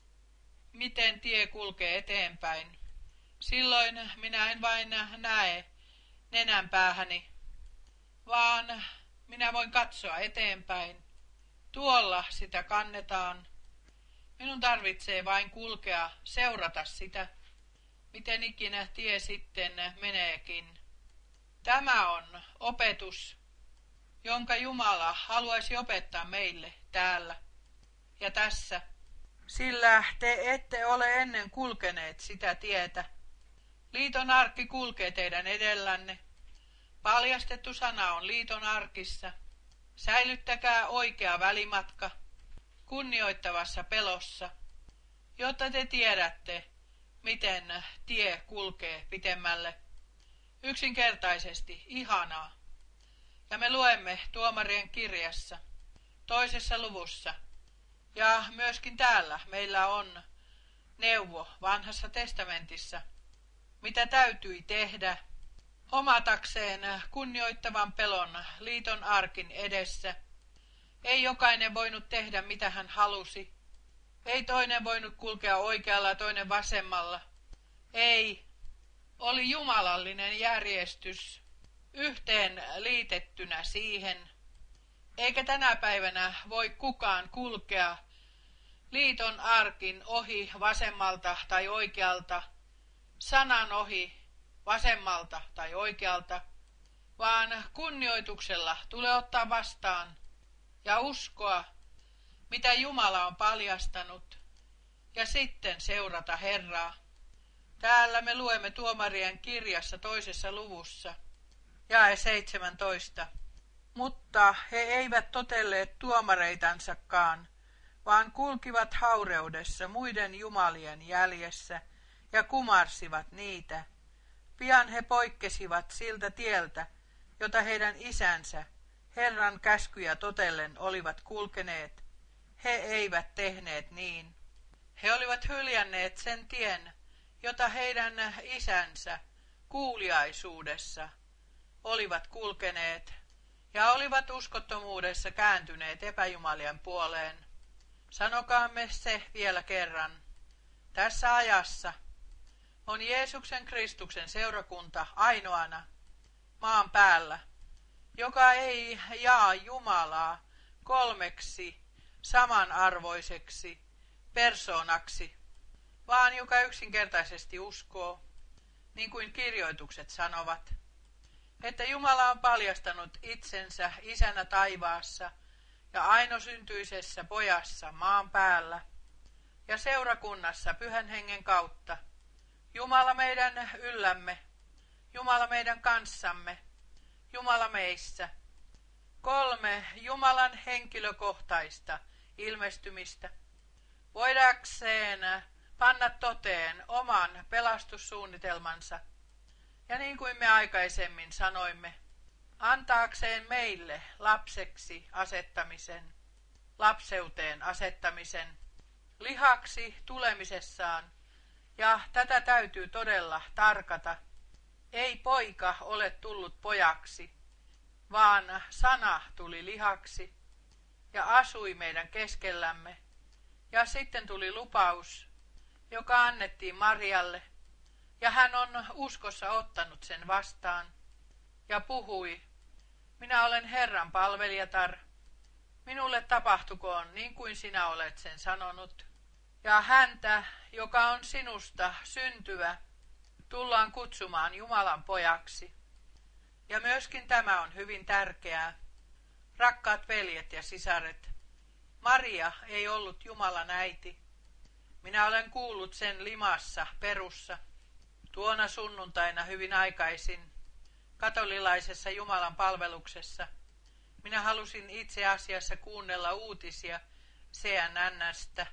miten tie kulkee eteenpäin. Silloin minä en vain näe nenän päähäni, vaan minä voin katsoa eteenpäin. Tuolla sitä kannetaan. Minun tarvitsee vain kulkea, seurata sitä, miten ikinä tie sitten meneekin. Tämä on opetus, jonka Jumala haluaisi opettaa meille täällä ja tässä. Sillä te ette ole ennen kulkeneet sitä tietä. Liiton arkki kulkee teidän edellänne. Paljastettu sana on liiton arkissa. Säilyttäkää oikea välimatka kunnioittavassa pelossa, jotta te tiedätte, miten tie kulkee pitemmälle. Yksinkertaisesti ihanaa. Ja me luemme Tuomarien kirjassa, toisessa luvussa. Ja myöskin täällä meillä on neuvo vanhassa testamentissa, mitä täytyi tehdä omatakseen kunnioittavan pelon liiton arkin edessä. Ei jokainen voinut tehdä mitä hän halusi. Ei toinen voinut kulkea oikealla ja toinen vasemmalla. Ei. Oli jumalallinen järjestys yhteen liitettynä siihen. Eikä tänä päivänä voi kukaan kulkea liiton arkin ohi vasemmalta tai oikealta sanan ohi vasemmalta tai oikealta, vaan kunnioituksella tulee ottaa vastaan ja uskoa, mitä Jumala on paljastanut, ja sitten seurata Herraa. Täällä me luemme Tuomarien kirjassa toisessa luvussa, jae seitsemäntoista. Mutta he eivät totelleet tuomareitansakaan, vaan kulkivat haureudessa muiden jumalien jäljessä ja kumarsivat niitä. Pian he poikkesivat siltä tieltä, jota heidän isänsä, Herran käskyjä totellen, olivat kulkeneet. He eivät tehneet niin. He olivat hyljänneet sen tien, jota heidän isänsä kuuliaisuudessa olivat kulkeneet, ja olivat uskottomuudessa kääntyneet epäjumalien puoleen. Sanokaamme se vielä kerran. Tässä ajassa on Jeesuksen Kristuksen seurakunta ainoana maan päällä, joka ei jaa Jumalaa kolmeksi samanarvoiseksi persoonaksi, vaan joka yksinkertaisesti uskoo, niin kuin kirjoitukset sanovat, että Jumala on paljastanut itsensä isänä taivaassa ja ainosyntyisessä pojassa maan päällä ja seurakunnassa Pyhän Hengen kautta. Jumala meidän yllämme, Jumala meidän kanssamme, Jumala meissä. Kolme Jumalan henkilökohtaista ilmestymistä, voidakseen panna toteen oman pelastussuunnitelmansa, ja niin kuin me aikaisemmin sanoimme, antaakseen meille lapseksi asettamisen, lapseuteen asettamisen, lihaksi tulemisessaan, ja tätä täytyy todella tarkata. Ei poika ole tullut pojaksi, vaan sana tuli lihaksi ja asui meidän keskellämme. Ja sitten tuli lupaus, joka annettiin Marialle, ja hän on uskossa ottanut sen vastaan ja puhui: minä olen Herran palvelijatar, minulle tapahtukoon niin kuin sinä olet sen sanonut. Ja häntä, joka on sinusta syntyvä, tullaan kutsumaan Jumalan pojaksi. Ja myöskin tämä on hyvin tärkeää. Rakkaat veljet ja sisaret, Maria ei ollut Jumalan äiti. Minä olen kuullut sen Limassa Perussa tuona sunnuntaina hyvin aikaisin katolilaisessa Jumalan palveluksessa. Minä halusin itse asiassa kuunnella uutisia C N N:stä.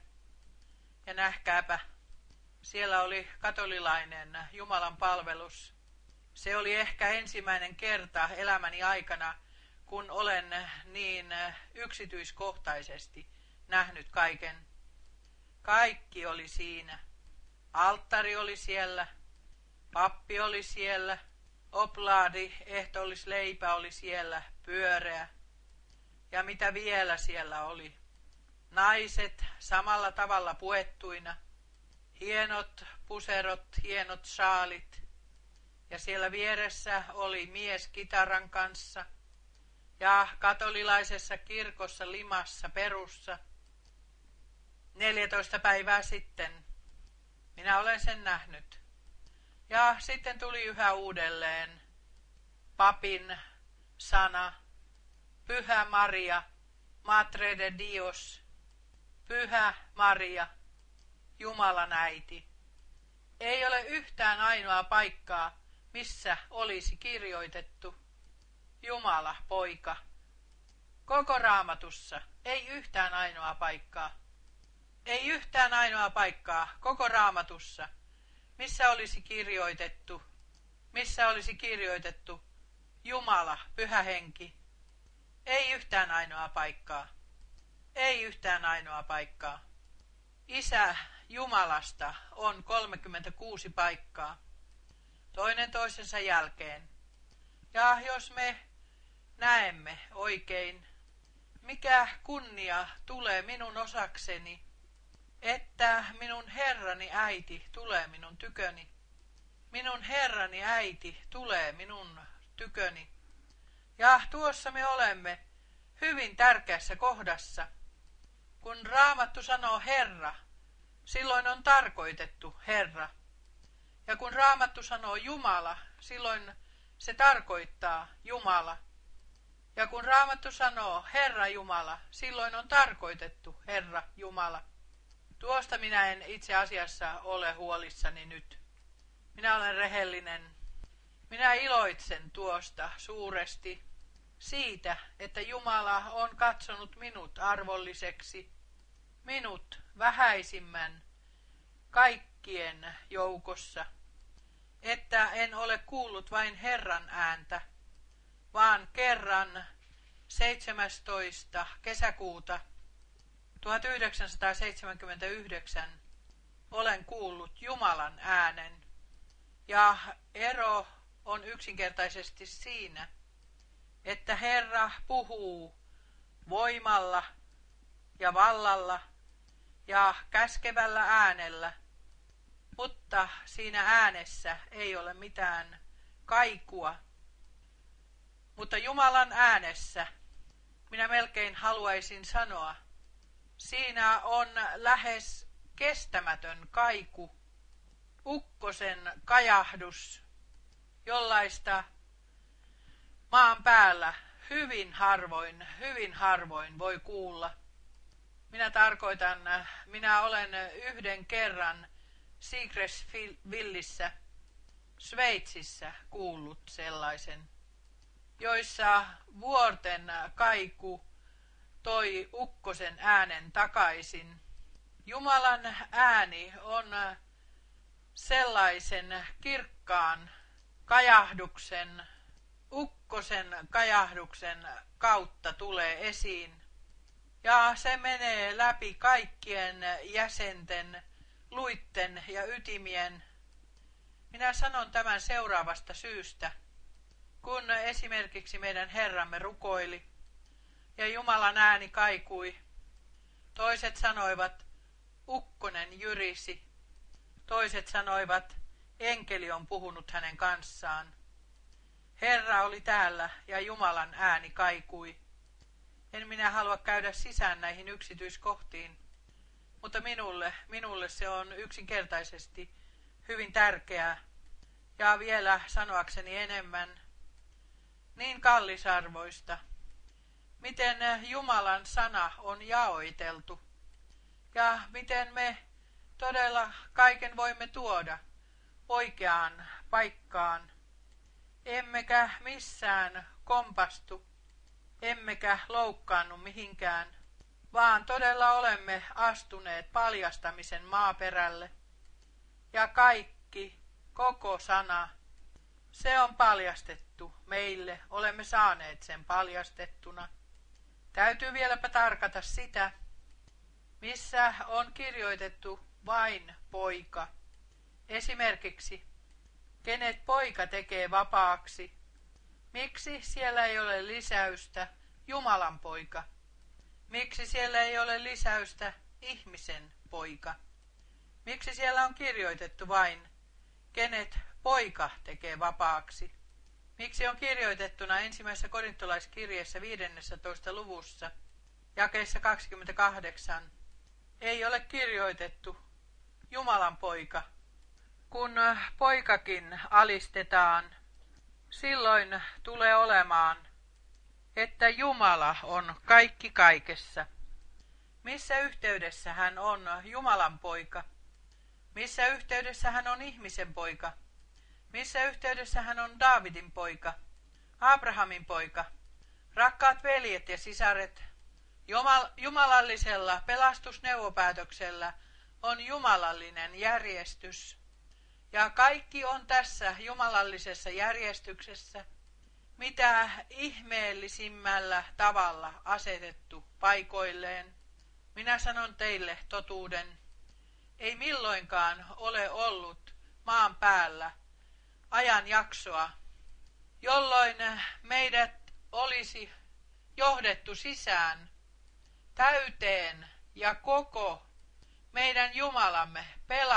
Ja nähkääpä, siellä oli katolilainen Jumalan palvelus. Se oli ehkä ensimmäinen kerta elämäni aikana, kun olen niin yksityiskohtaisesti nähnyt kaiken. Kaikki oli siinä. Alttari oli siellä, pappi oli siellä, oplaadi, ehtoollisleipä oli siellä, pyöreä. Ja mitä vielä siellä oli? Naiset samalla tavalla puettuina, hienot puserot, hienot saalit, ja siellä vieressä oli mies kitaran kanssa, ja katolilaisessa kirkossa Limassa Perussa neljätoista päivää sitten. Minä olen sen nähnyt. Ja sitten tuli yhä uudelleen papin sana, Pyhä Maria, Madre de Dios, Pyhä Maria, Jumalan äiti. Ei ole yhtään ainoa paikkaa, missä olisi kirjoitettu Jumala poika. Koko Raamatussa ei yhtään ainoa paikkaa. Ei yhtään ainoa paikkaa koko Raamatussa, missä olisi kirjoitettu, missä olisi kirjoitettu Jumala, Pyhä Henki. Ei yhtään ainoa paikkaa. Ei yhtään ainoa paikkaa. Isä Jumalasta on kolmekymmentäkuusi paikkaa, toinen toisensa jälkeen. Ja jos me näemme oikein, mikä kunnia tulee minun osakseni, että minun Herrani äiti tulee minun tyköni. Minun Herrani äiti tulee minun tyköni. Ja tuossa me olemme hyvin tärkeässä kohdassa. Kun Raamattu sanoo Herra, silloin on tarkoitettu Herra. Ja kun Raamattu sanoo Jumala, silloin se tarkoittaa Jumala. Ja kun Raamattu sanoo Herra Jumala, silloin on tarkoitettu Herra Jumala. Tuosta minä en itse asiassa ole huolissani nyt. Minä olen rehellinen. Minä iloitsen tuosta suuresti siitä, että Jumala on katsonut minut arvolliseksi, minut vähäisimmän kaikkien joukossa, että en ole kuullut vain Herran ääntä, vaan kerran seitsemästoista kesäkuuta tuhatyhdeksänsataaseitsemänkymmentäyhdeksän olen kuullut Jumalan äänen. Ja ero on yksinkertaisesti siinä, että Herra puhuu voimalla ja vallalla ja käskevällä äänellä, mutta siinä äänessä ei ole mitään kaikua. Mutta Jumalan äänessä, minä melkein haluaisin sanoa, siinä on lähes kestämätön kaiku, ukkosen kajahdus, jollaista maan päällä hyvin harvoin, hyvin harvoin voi kuulla. Minä tarkoitan, minä olen yhden kerran Sigresvillissä, Sveitsissä kuullut sellaisen, joissa vuorten kaiku toi ukkosen äänen takaisin. Jumalan ääni on sellaisen kirkkaan kajahduksen, ukkosen kajahduksen kautta tulee esiin. Ja se menee läpi kaikkien jäsenten, luitten ja ytimien. Minä sanon tämän seuraavasta syystä. Kun esimerkiksi meidän Herramme rukoili ja Jumalan ääni kaikui, toiset sanoivat, ukkonen jyrisi, toiset sanoivat, enkeli on puhunut hänen kanssaan. Herra oli täällä ja Jumalan ääni kaikui. En minä halua käydä sisään näihin yksityiskohtiin, mutta minulle, minulle se on yksinkertaisesti hyvin tärkeää. Ja vielä sanoakseni enemmän, niin kallisarvoista, miten Jumalan sana on jaoiteltu ja miten me todella kaiken voimme tuoda oikeaan paikkaan, emmekä missään kompastu, emmekä loukkaannu mihinkään, vaan todella olemme astuneet paljastamisen maaperälle ja kaikki, koko sana, se on paljastettu meille, olemme saaneet sen paljastettuna. Täytyy vieläpä tarkata sitä, missä on kirjoitettu vain poika. Esimerkiksi, kenet poika tekee vapaaksi. Miksi siellä ei ole lisäystä Jumalan poika? Miksi siellä ei ole lisäystä ihmisen poika? Miksi siellä on kirjoitettu vain, kenet poika tekee vapaaksi? Miksi on kirjoitettuna ensimmäisessä korintolaiskirjeessä viidennessätoista luvussa, jakeessa kaksikymmentäkahdeksan, ei ole kirjoitettu Jumalan poika? Kun poikakin alistetaan, silloin tulee olemaan, että Jumala on kaikki kaikessa. Missä yhteydessä hän on Jumalan poika? Missä yhteydessä hän on ihmisen poika? Missä yhteydessä hän on Daavidin poika? Abrahamin poika? Rakkaat veljet ja sisaret, Jumal- jumalallisella pelastusneuvopäätöksellä on jumalallinen järjestys. Ja kaikki on tässä jumalallisessa järjestyksessä, mitä ihmeellisimmällä tavalla asetettu paikoilleen. Minä sanon teille totuuden, ei milloinkaan ole ollut maan päällä ajanjaksoa, jolloin meidät olisi johdettu sisään täyteen ja koko meidän Jumalamme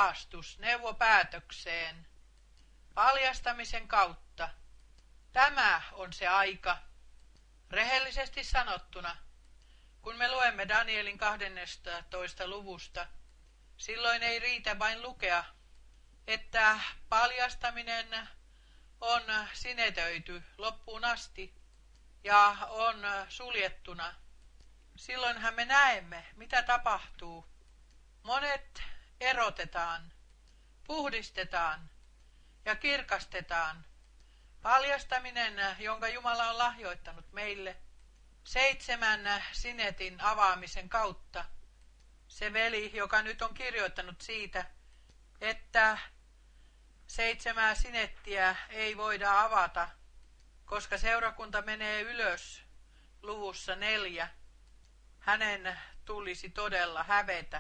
pelastusneuvopäätökseen paljastamisen kautta. Tämä on se aika, rehellisesti sanottuna, kun me luemme Danielin kahdennestatoista luvusta. Silloin ei riitä vain lukea, että paljastaminen on sinetöity loppuun asti ja on suljettuna. Silloinhan me näemme, mitä tapahtuu. Monet erotetaan, puhdistetaan ja kirkastetaan. Paljastaminen, jonka Jumala on lahjoittanut meille seitsemän sinetin avaamisen kautta. Se veli, joka nyt on kirjoittanut siitä, että seitsemää sinettiä ei voida avata, koska seurakunta menee ylös luvussa neljä. Hänen tulisi todella hävetä,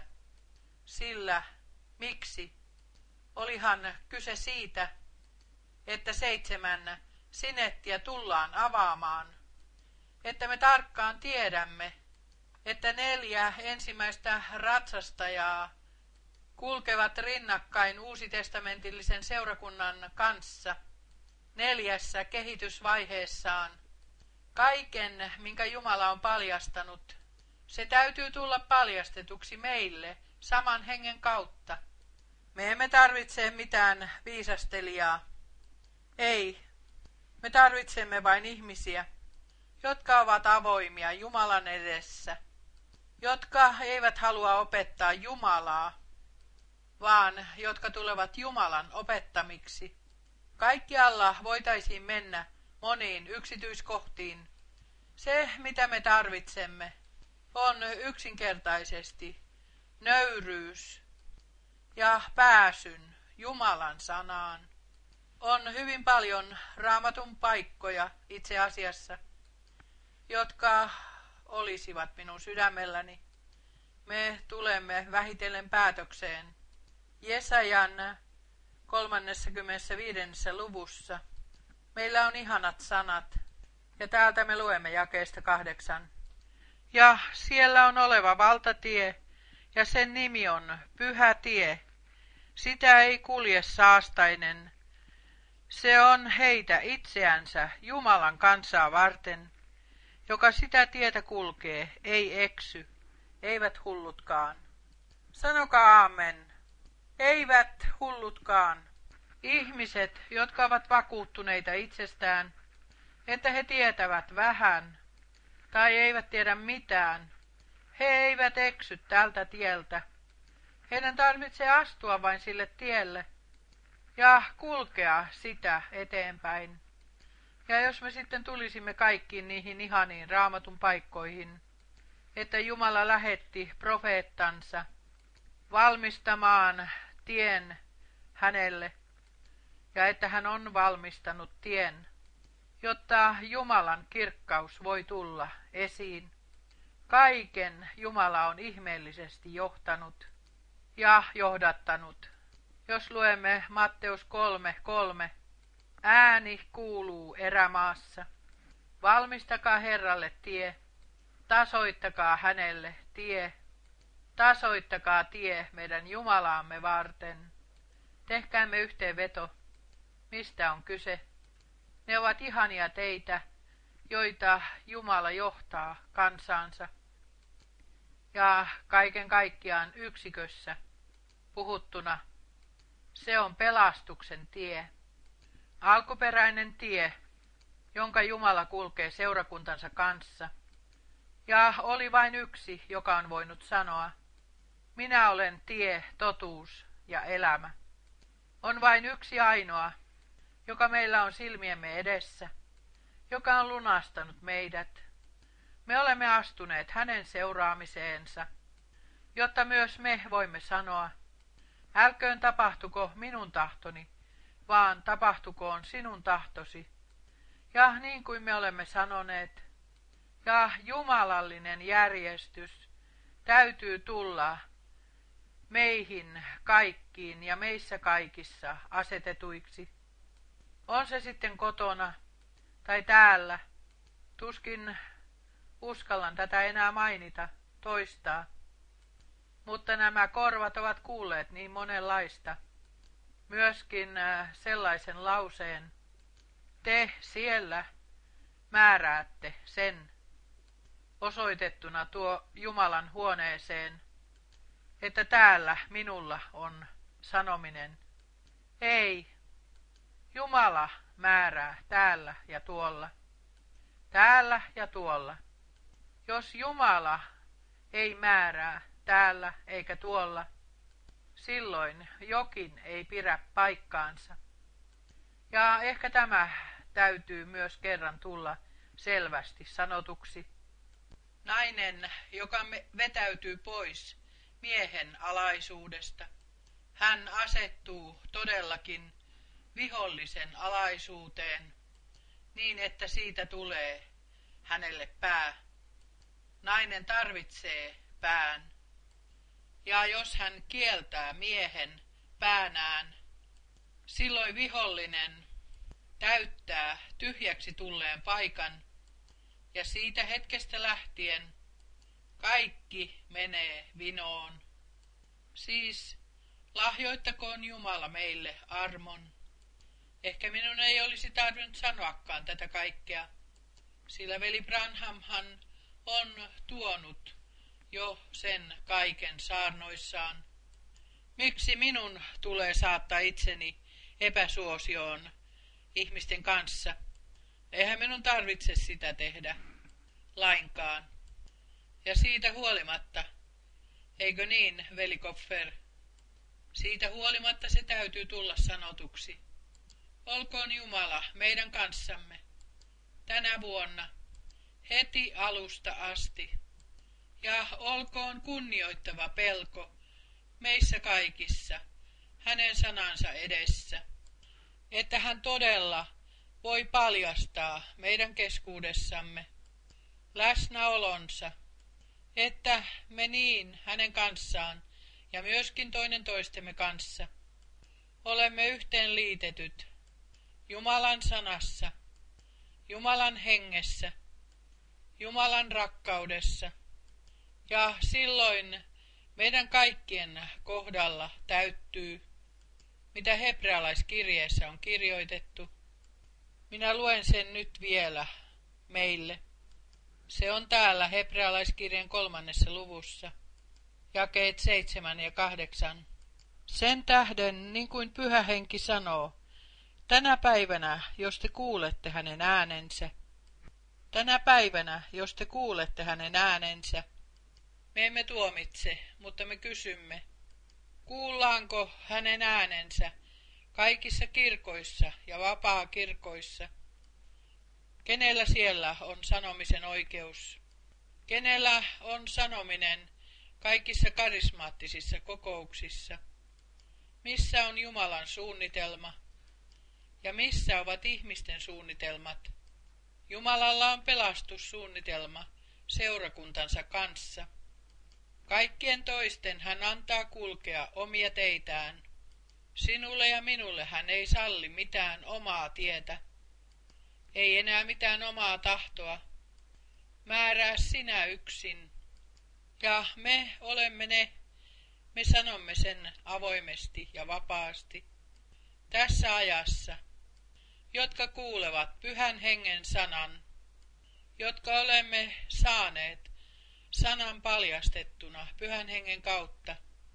sillä miksi? Olihan kyse siitä, että seitsemän sinettiä tullaan avaamaan, että me tarkkaan tiedämme, että neljä ensimmäistä ratsastajaa kulkevat rinnakkain uusitestamentillisen seurakunnan kanssa neljässä kehitysvaiheessaan. Kaiken, minkä Jumala on paljastanut, se täytyy tulla paljastetuksi meille saman hengen kautta. Me emme tarvitse mitään viisastelijaa. Ei, me tarvitsemme vain ihmisiä, jotka ovat avoimia Jumalan edessä, jotka eivät halua opettaa Jumalaa, vaan jotka tulevat Jumalan opettamiksi. Kaikkialla voitaisiin mennä moniin yksityiskohtiin. Se, mitä me tarvitsemme, on yksinkertaisesti nöyryys ja pääsyn Jumalan sanaan. On hyvin paljon Raamatun paikkoja itse asiassa, jotka olisivat minun sydämelläni. Me tulemme vähitellen päätökseen Jesajan kolmaskymmenesviides luvussa. Meillä on ihanat sanat, ja täältä me luemme jakeesta kahdeksan. Ja siellä on oleva valtatie, ja sen nimi on Pyhä tie. Sitä ei kulje saastainen. Se on heitä itseänsä Jumalan kansaa varten, joka sitä tietä kulkee, ei eksy, eivät hullutkaan. Sanokaa aamen. Eivät hullutkaan. Ihmiset, jotka ovat vakuuttuneita itsestään, että he tietävät vähän tai eivät tiedä mitään, he eivät eksy tältä tieltä. Heidän tarvitsee astua vain sille tielle ja kulkea sitä eteenpäin. Ja jos me sitten tulisimme kaikkiin niihin ihaniin Raamatun paikkoihin, että Jumala lähetti profeettansa valmistamaan tien hänelle, ja että hän on valmistanut tien, jotta Jumalan kirkkaus voi tulla esiin. Kaiken Jumala on ihmeellisesti johtanut ja johdattanut. Jos luemme Matteus kolme kolme, ääni kuuluu erämaassa. Valmistakaa Herralle tie, tasoittakaa hänelle tie, tasoittakaa tie meidän Jumalaamme varten. Tehkäämme yhteenveto, mistä on kyse. Ne ovat ihania teitä, joita Jumala johtaa kansaansa. Ja kaiken kaikkiaan yksikössä puhuttuna, se on pelastuksen tie. Alkuperäinen tie, jonka Jumala kulkee seurakuntansa kanssa. Ja oli vain yksi, joka on voinut sanoa, minä olen tie, totuus ja elämä. On vain yksi ainoa, joka meillä on silmiemme edessä, joka on lunastanut meidät. Me olemme astuneet hänen seuraamiseensa, jotta myös me voimme sanoa, älköön tapahtuko minun tahtoni, vaan tapahtukoon sinun tahtosi. Ja niin kuin me olemme sanoneet, ja jumalallinen järjestys täytyy tulla meihin kaikkiin ja meissä kaikissa asetetuiksi. On se sitten kotona tai täällä, tuskin uskallan tätä enää mainita, toistaa. Mutta nämä korvat ovat kuulleet niin monenlaista. Myöskin sellaisen lauseen, te siellä määräätte sen, osoitettuna tuo Jumalan huoneeseen, että täällä minulla on sanominen. Ei. Jumala määrää täällä ja tuolla. Täällä ja tuolla. Jos Jumala ei määrää täällä eikä tuolla, silloin jokin ei pidä paikkaansa. Ja ehkä tämä täytyy myös kerran tulla selvästi sanotuksi. Nainen, joka vetäytyy pois miehen alaisuudesta, hän asettuu todellakin vihollisen alaisuuteen niin, että siitä tulee hänelle pää. Nainen tarvitsee pään. Ja jos hän kieltää miehen päänään, silloin vihollinen täyttää tyhjäksi tulleen paikan ja siitä hetkestä lähtien kaikki menee vinoon. Siis lahjoittakoon Jumala meille armon. Ehkä minun ei olisi tarvinnut sanoakaan tätä kaikkea, sillä veli Branhamhan on tuonut jo sen kaiken saarnoissaan. Miksi minun tulee saattaa itseni epäsuosioon ihmisten kanssa? Eihän minun tarvitse sitä tehdä lainkaan. Ja siitä huolimatta, eikö niin, veli Kopfer? Siitä huolimatta se täytyy tulla sanotuksi. Olkoon Jumala meidän kanssamme tänä vuonna heti alusta asti. Ja olkoon kunnioittava pelko meissä kaikissa hänen sanansa edessä, että hän todella voi paljastaa meidän keskuudessamme läsnäolonsa, että me niin hänen kanssaan ja myöskin toinen toistemme kanssa olemme yhteen liitetyt Jumalan sanassa, Jumalan hengessä, Jumalan rakkaudessa. Ja silloin meidän kaikkien kohdalla täyttyy, mitä hebrealaiskirjeessä on kirjoitettu. Minä luen sen nyt vielä meille. Se on täällä hebrealaiskirjeen kolmannessa luvussa, jakeet seitsemän ja kahdeksan. Sen tähden, niin kuin Pyhä Henki sanoo, tänä päivänä, jos te kuulette hänen äänensä, tänä päivänä, jos te kuulette hänen äänensä, me emme tuomitse, mutta me kysymme, kuullaanko hänen äänensä kaikissa kirkoissa ja vapaa-kirkoissa? Kenellä siellä on sanomisen oikeus? Kenellä on sanominen kaikissa karismaattisissa kokouksissa? Missä on Jumalan suunnitelma? Ja missä ovat ihmisten suunnitelmat? Jumalalla on pelastussuunnitelma seurakuntansa kanssa. Kaikkien toisten hän antaa kulkea omia teitään. Sinulle ja minulle hän ei salli mitään omaa tietä. Ei enää mitään omaa tahtoa. Määrää sinä yksin. Ja me olemme ne, me sanomme sen avoimesti ja vapaasti. Tässä ajassa, jotka kuulevat Pyhän Hengen sanan, jotka olemme saaneet sanan paljastettuna Pyhän Hengen kautta.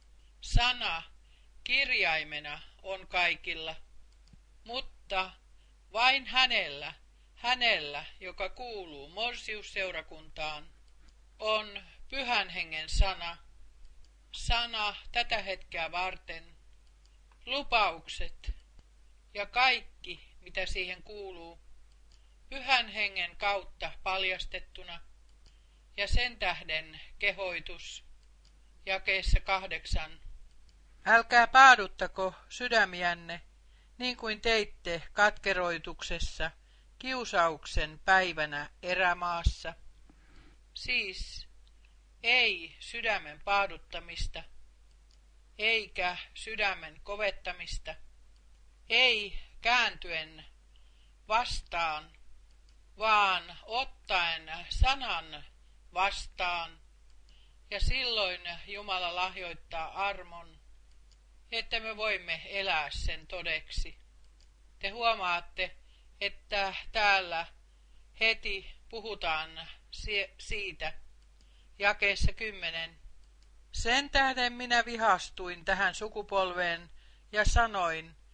Sana kirjaimena on kaikilla, mutta vain hänellä, hänellä, joka kuuluu Morsiusseurakuntaan, on Pyhän Hengen sana, sana tätä hetkeä varten, lupaukset ja kaikki, mitä siihen kuuluu, Pyhän Hengen kautta paljastettuna. Ja sen tähden kehoitus, jakeessa kahdeksan. Älkää paaduttako sydämiänne, niin kuin teitte katkeroituksessa, kiusauksen päivänä erämaassa. Siis ei sydämen paaduttamista, eikä sydämen kovettamista, ei kääntyen vastaan, vaan ottaen sanan vastaan, ja silloin Jumala lahjoittaa armon, että me voimme elää sen todeksi. Te huomaatte, että täällä heti puhutaan siitä, jakeessa kymmenen. Sen tähden minä vihastuin tähän sukupolveen ja sanoin,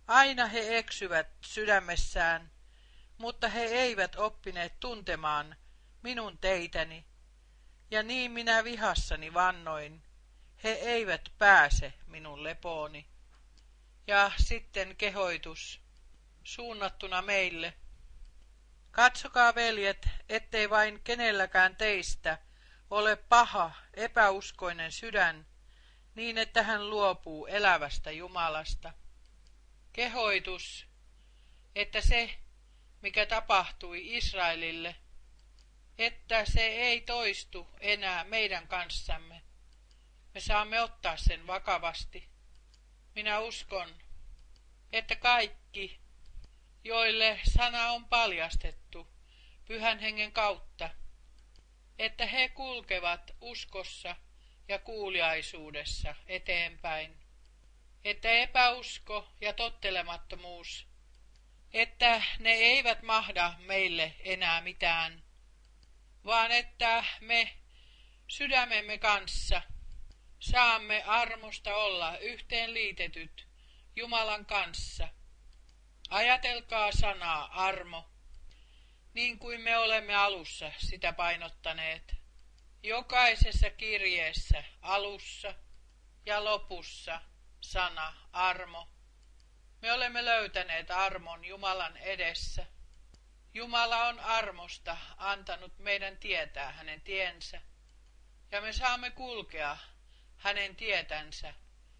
Aina he eksyvät sydämessään, mutta he eivät oppineet tuntemaan minun teitäni, ja niin minä vihassani vannoin, he eivät pääse minun lepooni. Ja sitten kehoitus suunnattuna meille. Katsokaa, veljet, ettei vain kenelläkään teistä ole paha, epäuskoinen sydän, niin että hän luopuu elävästä Jumalasta. Kehoitus, että se, mikä tapahtui Israelille, että se ei toistu enää meidän kanssamme. Me saamme ottaa sen vakavasti. Minä uskon, että kaikki, joille sana on paljastettu Pyhän Hengen kautta, että he kulkevat uskossa ja kuuliaisuudessa eteenpäin, että epäusko ja tottelemattomuus, että ne eivät mahda meille enää mitään, vaan että me sydämemme kanssa saamme armosta olla yhteenliitetyt Jumalan kanssa. Ajatelkaa sanaa armo, niin kuin me olemme alussa sitä painottaneet. Jokaisessa kirjeessä alussa ja lopussa sana armo. Me olemme löytäneet armon Jumalan edessä. Jumala on armosta antanut meidän tietää hänen tiensä, ja me saamme kulkea hänen tietänsä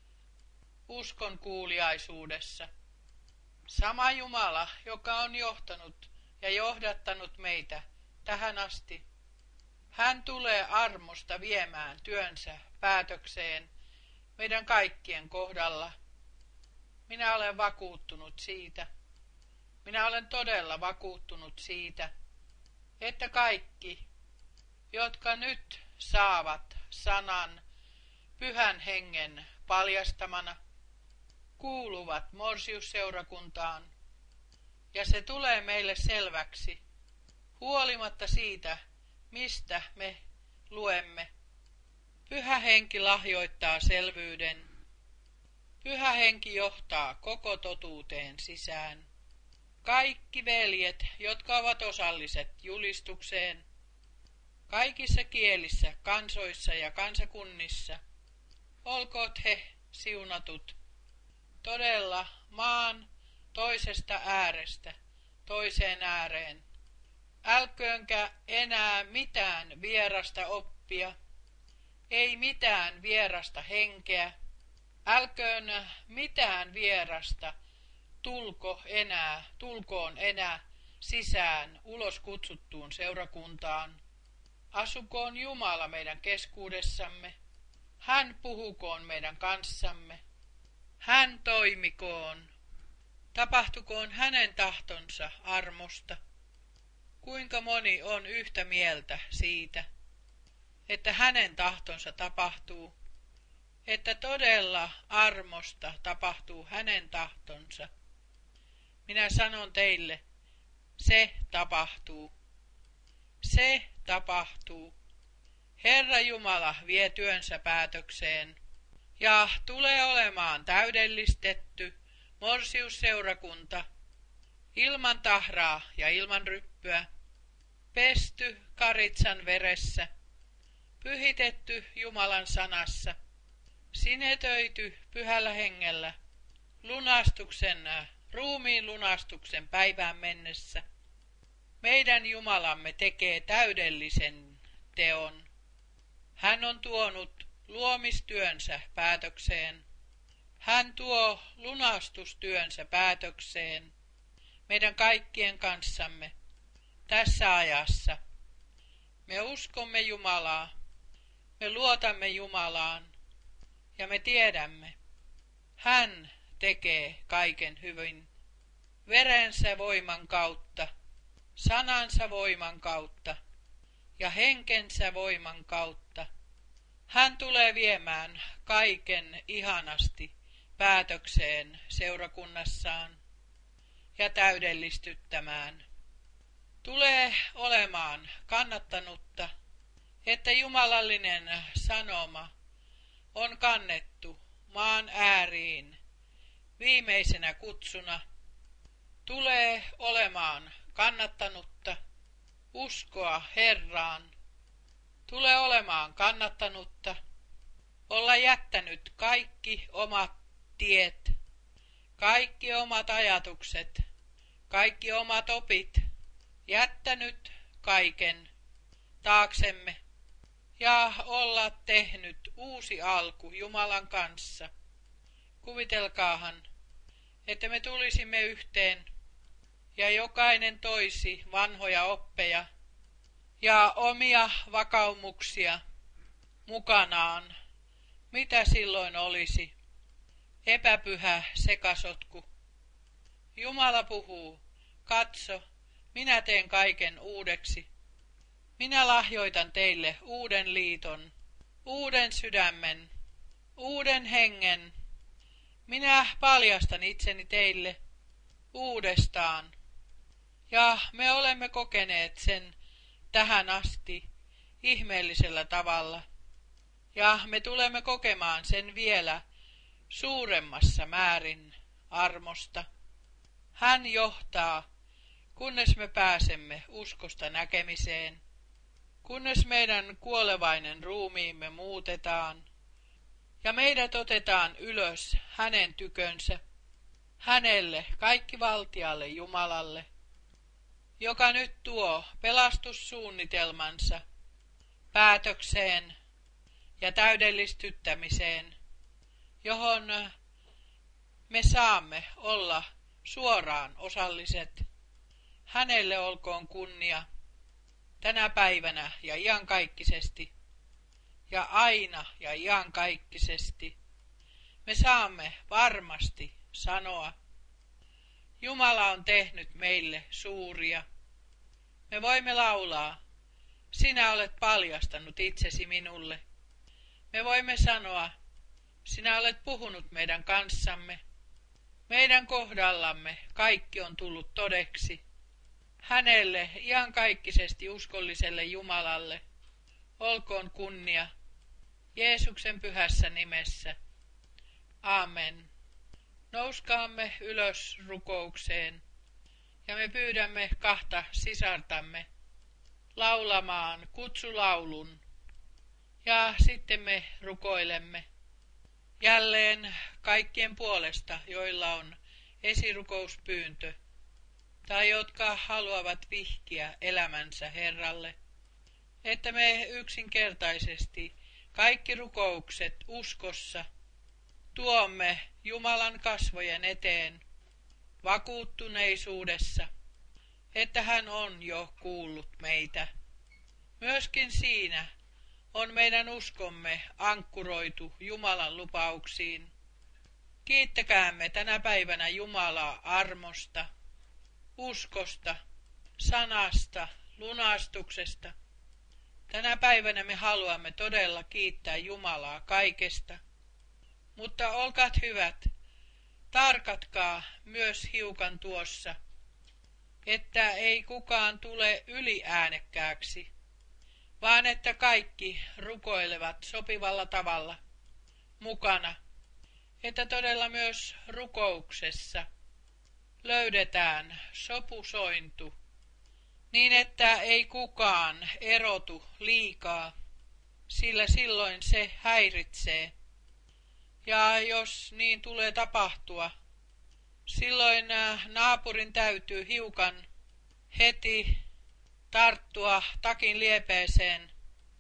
uskon kuuliaisuudessa. Sama Jumala, joka on johtanut ja johdattanut meitä tähän asti, hän tulee armosta viemään työnsä päätökseen meidän kaikkien kohdalla. Minä olen vakuuttunut siitä, minä olen todella vakuuttunut siitä, että kaikki, jotka nyt saavat sanan Pyhän Hengen paljastamana, kuuluvat Morsiusseurakuntaan, ja se tulee meille selväksi, huolimatta siitä, mistä me luemme. Pyhä Henki lahjoittaa selvyyden. Pyhä Henki johtaa koko totuuteen sisään. Kaikki veljet, jotka ovat osalliset julistukseen, kaikissa kielissä, kansoissa ja kansakunnissa, olkoot he siunatut todella maan toisesta äärestä toiseen ääreen. Älköönkä enää mitään vierasta oppia, ei mitään vierasta henkeä, älköön mitään vierasta tulko enää, tulkoon enää sisään ulos kutsuttuun seurakuntaan. Asukoon Jumala meidän keskuudessamme, hän puhukoon meidän kanssamme, hän toimikoon, tapahtukoon hänen tahtonsa armosta. Kuinka moni on yhtä mieltä siitä, että hänen tahtonsa tapahtuu, että todella armosta tapahtuu hänen tahtonsa. Minä sanon teille, se tapahtuu. Se tapahtuu. Herra Jumala vie työnsä päätökseen ja tulee olemaan täydellistetty Morsiusseurakunta ilman tahraa ja ilman ryppyä, pesty karitsan veressä, pyhitetty Jumalan sanassa, sinetöity Pyhällä Hengellä, lunastuksen, ruumiin lunastuksen päivään mennessä. Meidän Jumalamme tekee täydellisen teon. Hän on tuonut luomistyönsä päätökseen. Hän tuo lunastustyönsä päätökseen meidän kaikkien kanssamme tässä ajassa. Me uskomme Jumalaa, me luotamme Jumalaan ja me tiedämme, hän tekee kaiken hyvin verensä voiman kautta, sanansa voiman kautta ja henkensä voiman kautta. Hän tulee viemään kaiken ihanasti päätökseen seurakunnassaan ja täydellistyttämään. Tulee olemaan kannattanutta, että jumalallinen sanoma on kannettu maan ääriin viimeisenä kutsuna tulee olemaan kannattanutta uskoa Herraan, tulee olemaan kannattanutta olla jättänyt kaikki omat tiet, kaikki omat ajatukset, kaikki omat opit, jättänyt kaiken taaksemme ja olla tehnyt uusi alku Jumalan kanssa. Kuvitelkaahan, että me tulisimme yhteen ja jokainen toisi vanhoja oppeja ja omia vakaumuksia mukanaan. Mitä silloin olisi? Epäpyhä sekasotku. Jumala puhuu, katso, minä teen kaiken uudeksi. Minä lahjoitan teille uuden liiton, uuden sydämen, uuden hengen. Minä paljastan itseni teille uudestaan. Ja me olemme kokeneet sen tähän asti ihmeellisellä tavalla. Ja me tulemme kokemaan sen vielä suuremmassa määrin armosta. Hän johtaa, kunnes me pääsemme uskosta näkemiseen, kunnes meidän kuolevainen ruumiimme muutetaan ja meidät otetaan ylös hänen tykönsä, hänelle kaikkivaltialle Jumalalle, joka nyt tuo pelastussuunnitelmansa päätökseen ja täydellistyttämiseen, johon me saamme olla suoraan osalliset. Hänelle olkoon kunnia tänä päivänä ja iankaikkisesti ja aina ja iankaikkisesti. Me saamme varmasti sanoa, Jumala on tehnyt meille suuria. Me voimme laulaa, sinä olet paljastanut itsesi minulle. Me voimme sanoa, sinä olet puhunut meidän kanssamme. Meidän kohdallamme kaikki on tullut todeksi. Hänelle iankaikkisesti uskolliselle Jumalalle olkoon kunnia Jeesuksen pyhässä nimessä. Amen. Nouskaamme ylös rukoukseen ja me pyydämme kahta sisartamme laulamaan kutsulaulun ja sitten me rukoilemme jälleen kaikkien puolesta, joilla on esirukouspyyntö tai jotka haluavat vihkiä elämänsä Herralle, että me yksinkertaisesti kaikki rukoukset uskossa tuomme Jumalan kasvojen eteen vakuuttuneisuudessa, että hän on jo kuullut meitä. Myöskin siinä on meidän uskomme ankkuroitu Jumalan lupauksiin. Kiittäkäämme tänä päivänä Jumalaa armosta, uskosta, sanasta, lunastuksesta. Tänä päivänä me haluamme todella kiittää Jumalaa kaikesta. Mutta olkaat hyvät, tarkatkaa myös hiukan tuossa, että ei kukaan tule yliäänekkääksi, vaan että kaikki rukoilevat sopivalla tavalla mukana, että todella myös rukouksessa löydetään sopusointu, niin että ei kukaan erotu liikaa, sillä silloin se häiritsee. Ja jos niin tulee tapahtua, silloin naapurin täytyy hiukan heti tarttua takin liepeeseen,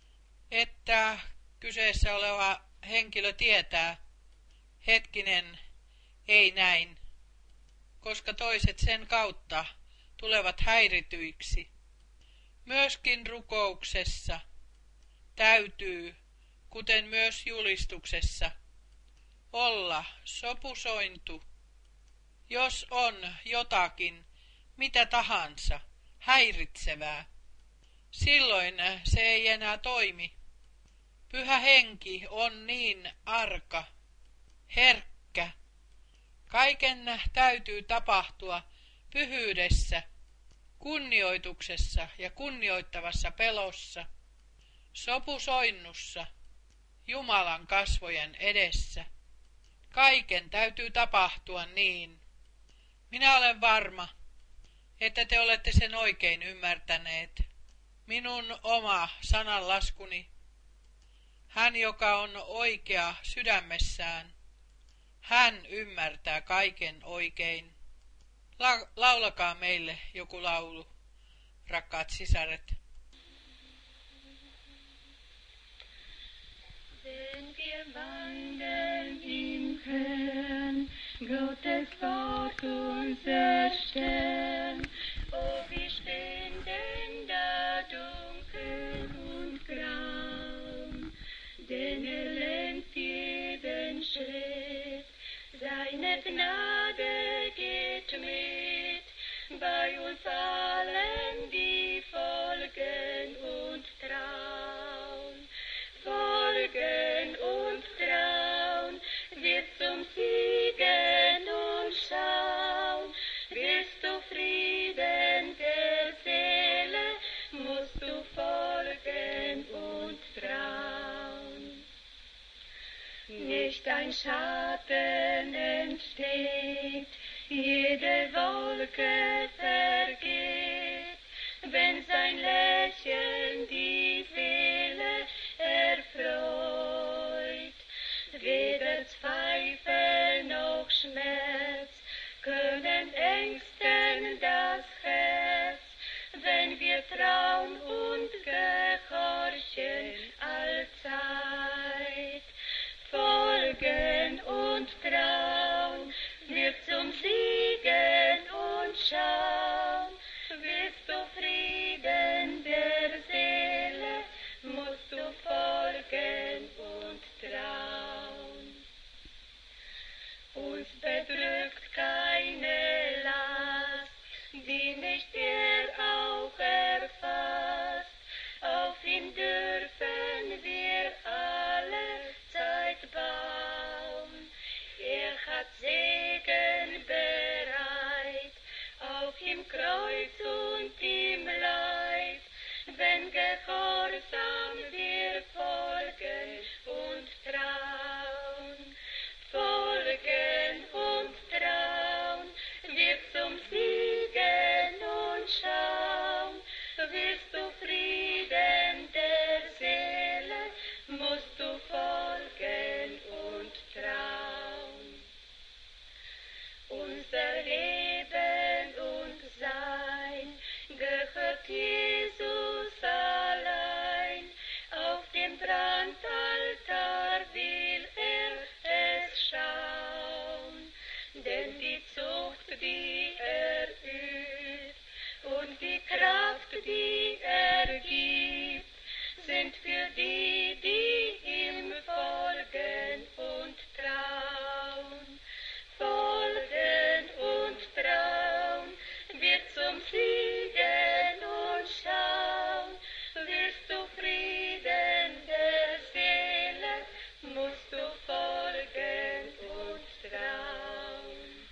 että kyseessä oleva henkilö tietää, hetkinen, ei näin, koska toiset sen kautta tulevat häirityiksi. Myöskin rukouksessa täytyy, kuten myös julistuksessa, olla sopusointu. Jos on jotakin, mitä tahansa, häiritsevää, silloin se ei enää toimi. Pyhä henki on niin arka, herkkä. Kaiken täytyy tapahtua pyhyydessä, kunnioituksessa ja kunnioittavassa pelossa, sopusoinnussa, Jumalan kasvojen edessä. Kaiken täytyy tapahtua niin. Minä olen varma, että te olette sen oikein ymmärtäneet. Minun oma sananlaskuni, hän joka on oikea sydämessään, hän ymmärtää kaiken oikein. La- laulakaa meille joku laulu, rakkaat sisaret. Wenn wir wandeln im Herrn, Gottes Wort unser Stern, o wir stehen da dunkel und grau, denn er lenkt jeden Schritt, seine Gnade geht mit, bei uns allen, die folgen und trauen. Folgen und trauen, wird zum Siegen und schauen. Willst du Frieden der Seele, musst du folgen und trauen. Nicht ein Schatten entsteht, jede Wolke vergeht, wenn sein Lächeln die Seele erfreut. Weder Zweifel noch Schmerz können ängsten das Herz, wenn wir trauen und gehorchen allzeit. Folgen und trauen, wird zum Siegen und schauen. Willst du Frieden der Seele, musst du folgen und trauen. Uns bedrückt keine Last, die nicht er auch erfasst. Auf ihn dürfen wir alle Zeit bauen. Er hat Segen bereit, auf ihm Kreuz und im Leid, wenn gehorsam wir folgen und trauen. Folgen und trauen, wird zum Siegen und schauen. Willst du Frieden der Seele, musst du folgen und trauen. Unser Leben und Sein gehört Jesus allein. Auf dem Brandaltar will er es schauen. Denn die Zucht, die er übt, und die Kraft, die er gibt, sind für die, die ihm folgen und trauen. Folgen und trauen, wird zum Siegen und schauen. Willst du Frieden der Seele, musst du folgen und trauen.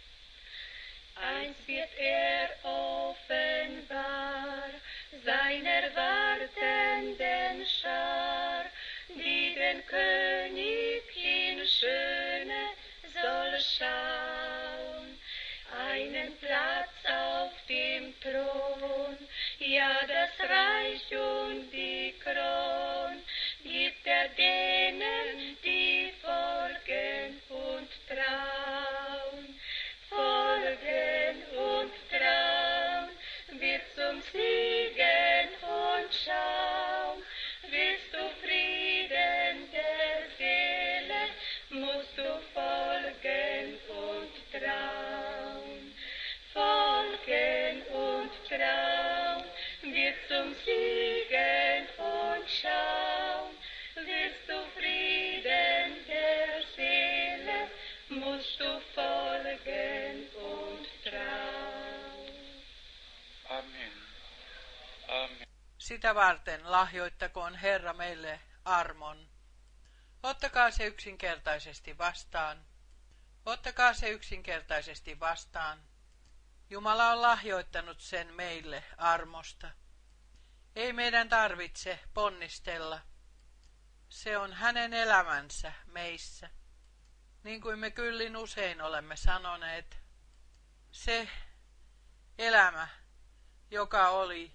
Eins wird er offenbar, seiner wartenden Schar, die den König in Schöne soll schauen. Einen Platz auf dem Thron, ja das Reich und die Kron, gibt er denen, die folgen und trauen. Folgen und trauen, wird zum Siegen und schauen. Willst du Frieden der Seele, musst du folgen und trauen. Folgen und trauen, wird zum Siegen und schauen. Willst du Frieden der Seele, musst du folgen und trauen. Amen. Amen. Sitä varten lahjoittakoon Herra meille armon. Ottakaa se yksinkertaisesti vastaan. Ottakaa se yksinkertaisesti vastaan. Jumala on lahjoittanut sen meille armosta. Ei meidän tarvitse ponnistella. Se on hänen elämänsä meissä. Niin kuin me kyllin usein olemme sanoneet, se elämä, joka oli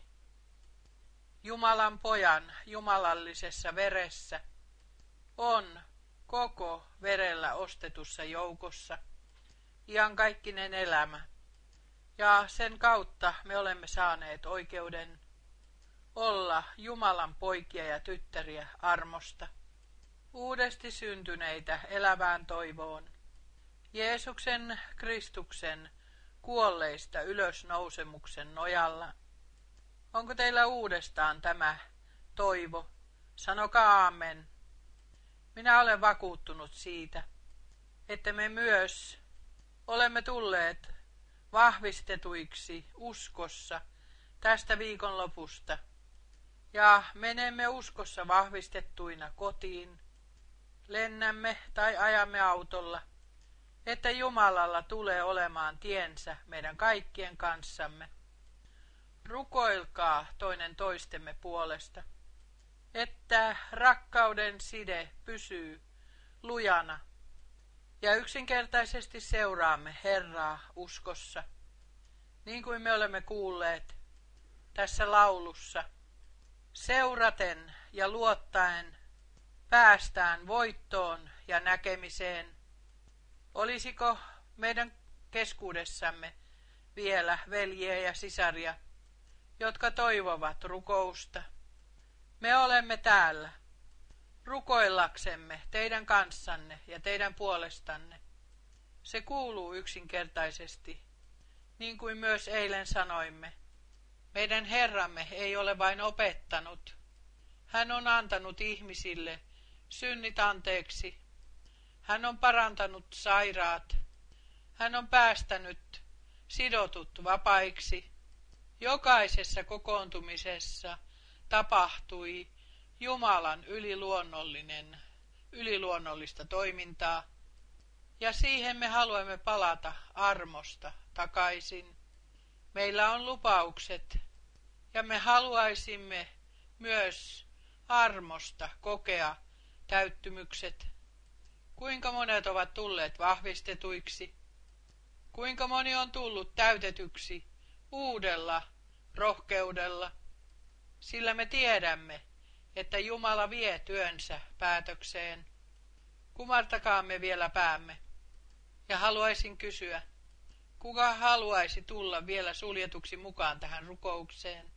Jumalan pojan jumalallisessa veressä, on koko verellä ostetussa joukossa iankaikkinen elämä. Ja sen kautta me olemme saaneet oikeuden olla Jumalan poikia ja tyttäriä armosta, uudesti syntyneitä elävään toivoon, Jeesuksen Kristuksen kuolleista ylösnousemuksen nojalla. Onko teillä uudestaan tämä toivo? Sanokaa aamen. Minä olen vakuuttunut siitä, että me myös olemme tulleet vahvistetuiksi uskossa tästä viikonlopusta ja menemme uskossa vahvistettuina kotiin, lennämme tai ajamme autolla, että Jumalalla tulee olemaan tiensä meidän kaikkien kanssamme. Rukoilkaa toinen toistemme puolesta, että rakkauden side pysyy lujana ja yksinkertaisesti seuraamme Herraa uskossa, niin kuin me olemme kuulleet tässä laulussa. Seuraten ja luottaen päästään voittoon ja näkemiseen. Olisiko meidän keskuudessamme vielä veljiä ja sisaria, jotka toivovat rukousta? Me olemme täällä rukoillaksemme teidän kanssanne ja teidän puolestanne. Se kuuluu yksinkertaisesti, niin kuin myös eilen sanoimme. Meidän Herramme ei ole vain opettanut. Hän on antanut ihmisille synnit anteeksi. Hän on parantanut sairaat. Hän on päästänyt sidotut vapaiksi. Jokaisessa kokoontumisessa tapahtui Jumalan yliluonnollinen, yliluonnollista toimintaa, ja siihen me haluamme palata armosta takaisin. Meillä on lupaukset, ja me haluaisimme myös armosta kokea täyttymykset. Kuinka monet ovat tulleet vahvistetuiksi? Kuinka moni on tullut täytetyksi uudella rohkeudella? Sillä me tiedämme, että Jumala vie työnsä päätökseen. Kumartakaamme vielä päämme. Ja haluaisin kysyä, kuka haluaisi tulla vielä suljetuksi mukaan tähän rukoukseen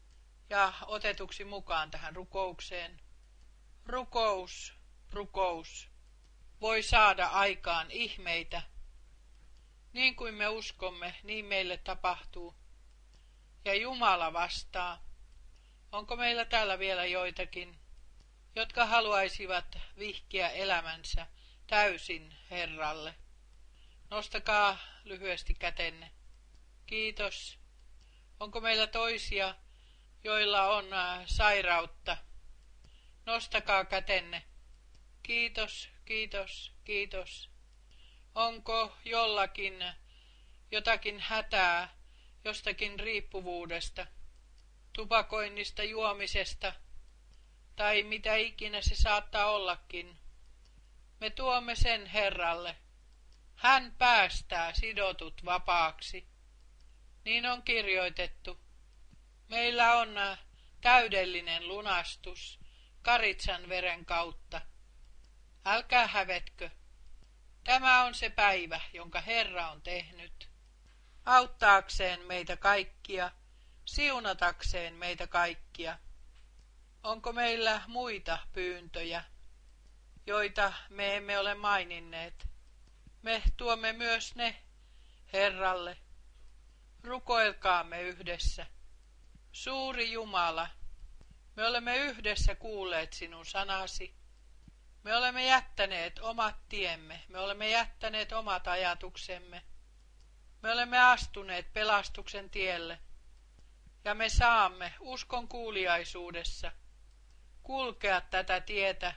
ja otetuksi mukaan tähän rukoukseen? Rukous, rukous voi saada aikaan ihmeitä. Niin kuin me uskomme, niin meille tapahtuu. Ja Jumala vastaa. Onko meillä täällä vielä joitakin, jotka haluaisivat vihkiä elämänsä täysin Herralle? Nostakaa lyhyesti kätenne. Kiitos. Onko meillä toisia, joilla on sairautta? Nostakaa kätenne. Kiitos, kiitos, kiitos. Onko jollakin jotakin hätää jostakin riippuvuudesta, tupakoinnista, juomisesta tai mitä ikinä se saattaa ollakin? Me tuomme sen Herralle. Hän päästää sidotut vapaaksi. Niin on kirjoitettu. Meillä on täydellinen lunastus Karitsan veren kautta. Älkää hävetkö. Tämä on se päivä, jonka Herra on tehnyt. Auttaakseen meitä kaikkia, siunatakseen meitä kaikkia. Onko meillä muita pyyntöjä, joita me emme ole maininneet? Me tuomme myös ne Herralle. Rukoilkaamme yhdessä. Suuri Jumala, me olemme yhdessä kuulleet sinun sanasi. Me olemme jättäneet omat tiemme, me olemme jättäneet omat ajatuksemme. Me olemme astuneet pelastuksen tielle ja me saamme uskon kuuliaisuudessa kulkea tätä tietä.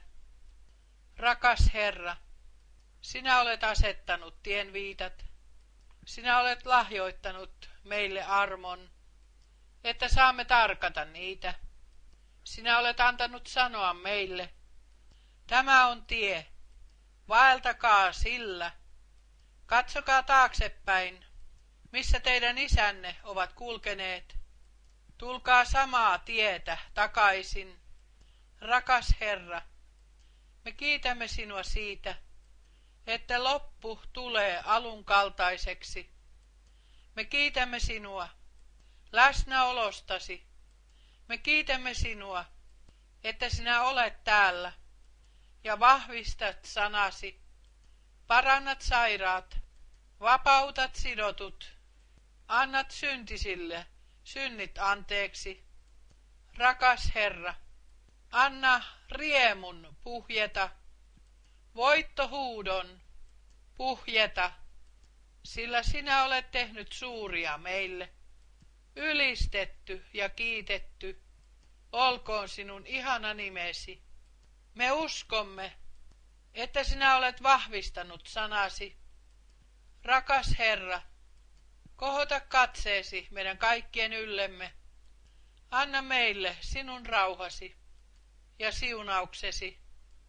Rakas Herra, sinä olet asettanut tienviitat, sinä olet lahjoittanut meille armon, että saamme tarkata niitä. Sinä olet antanut sanoa meille, tämä on tie, Vaeltakaa sillä. Katsokaa taaksepäin, missä teidän isänne ovat kulkeneet. Tulkaa samaa tietä takaisin. Rakas Herra, me kiitämme sinua siitä, että loppu tulee alun kaltaiseksi. Me kiitämme sinua läsnäolostasi. Me kiitämme sinua, että sinä olet täällä ja vahvistat sanasi, parannat sairaat, vapautat sidotut, annat syntisille synnit anteeksi. Rakas Herra, anna riemun puhjeta, voittohuudon puhjeta, sillä sinä olet tehnyt suuria meille. Ylistetty ja kiitetty olkoon sinun ihana nimesi. Me uskomme, että sinä olet vahvistanut sanasi. Rakas Herra, kohota katseesi meidän kaikkien yllemme. Anna meille sinun rauhasi ja siunauksesi.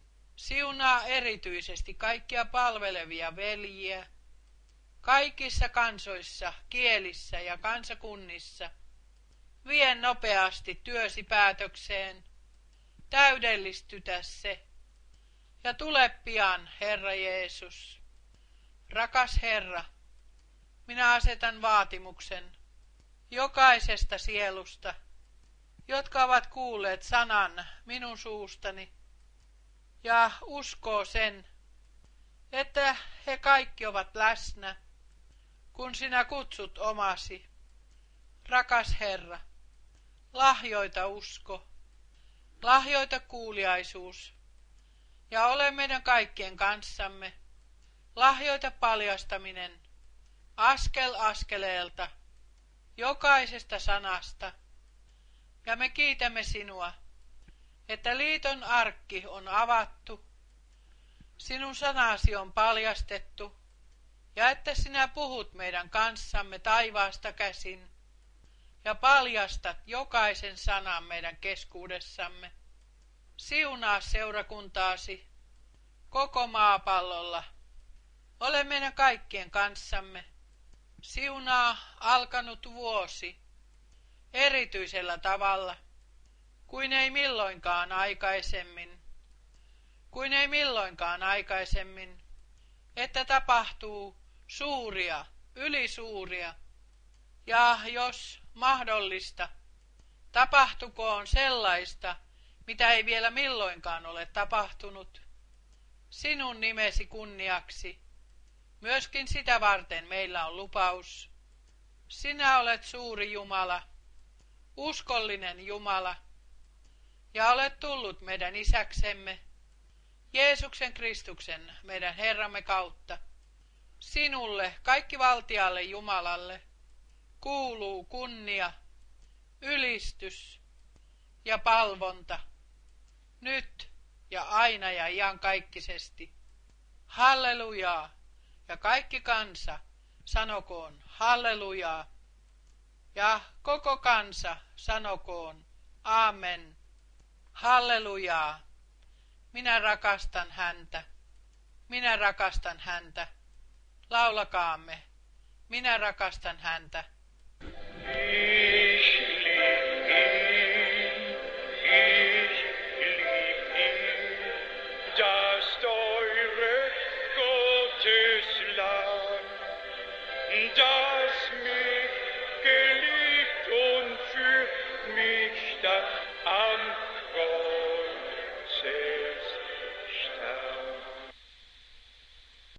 Siunaa erityisesti kaikkia palvelevia veljiä, kaikissa kansoissa, kielissä ja kansakunnissa. Vie nopeasti työsi päätökseen, täydellistytä se, ja tule pian, Herra Jeesus. Rakas Herra, minä asetan vaatimuksen jokaisesta sielusta, jotka ovat kuulleet sanan minun suustani, ja uskoo sen, että he kaikki ovat läsnä, kun sinä kutsut omasi. Rakas Herra, lahjoita usko, lahjoita kuuliaisuus, ja ole meidän kaikkien kanssamme. Lahjoita paljastaminen, askel askeleelta, jokaisesta sanasta, ja me kiitämme sinua, että liiton arkki on avattu, sinun sanasi on paljastettu, ja että sinä puhut meidän kanssamme taivaasta käsin, ja paljastat jokaisen sanan meidän keskuudessamme. Siunaa seurakuntaasi koko maapallolla. Ole meidän kaikkien kanssamme. Siunaa alkanut vuosi erityisellä tavalla, kuin ei milloinkaan aikaisemmin, kuin ei milloinkaan aikaisemmin, että tapahtuu suuria, ylisuuria, ja jos mahdollista, tapahtukoon sellaista, mitä ei vielä milloinkaan ole tapahtunut. Sinun nimesi kunniaksi, myöskin sitä varten meillä on lupaus. Sinä olet suuri Jumala, uskollinen Jumala, ja olet tullut meidän isäksemme, Jeesuksen Kristuksen, meidän Herramme kautta. Sinulle, kaikkivaltialle Jumalalle, kuuluu kunnia, ylistys ja palvonta, nyt ja aina ja iankaikkisesti. Hallelujaa, ja kaikki kansa sanokoon hallelujaa, ja koko kansa sanokoon aamen. Hallelujaa, minä rakastan häntä, minä rakastan häntä. Laulakaamme, minä rakastan häntä. Ich lieb ihn, ich lieb ihn, das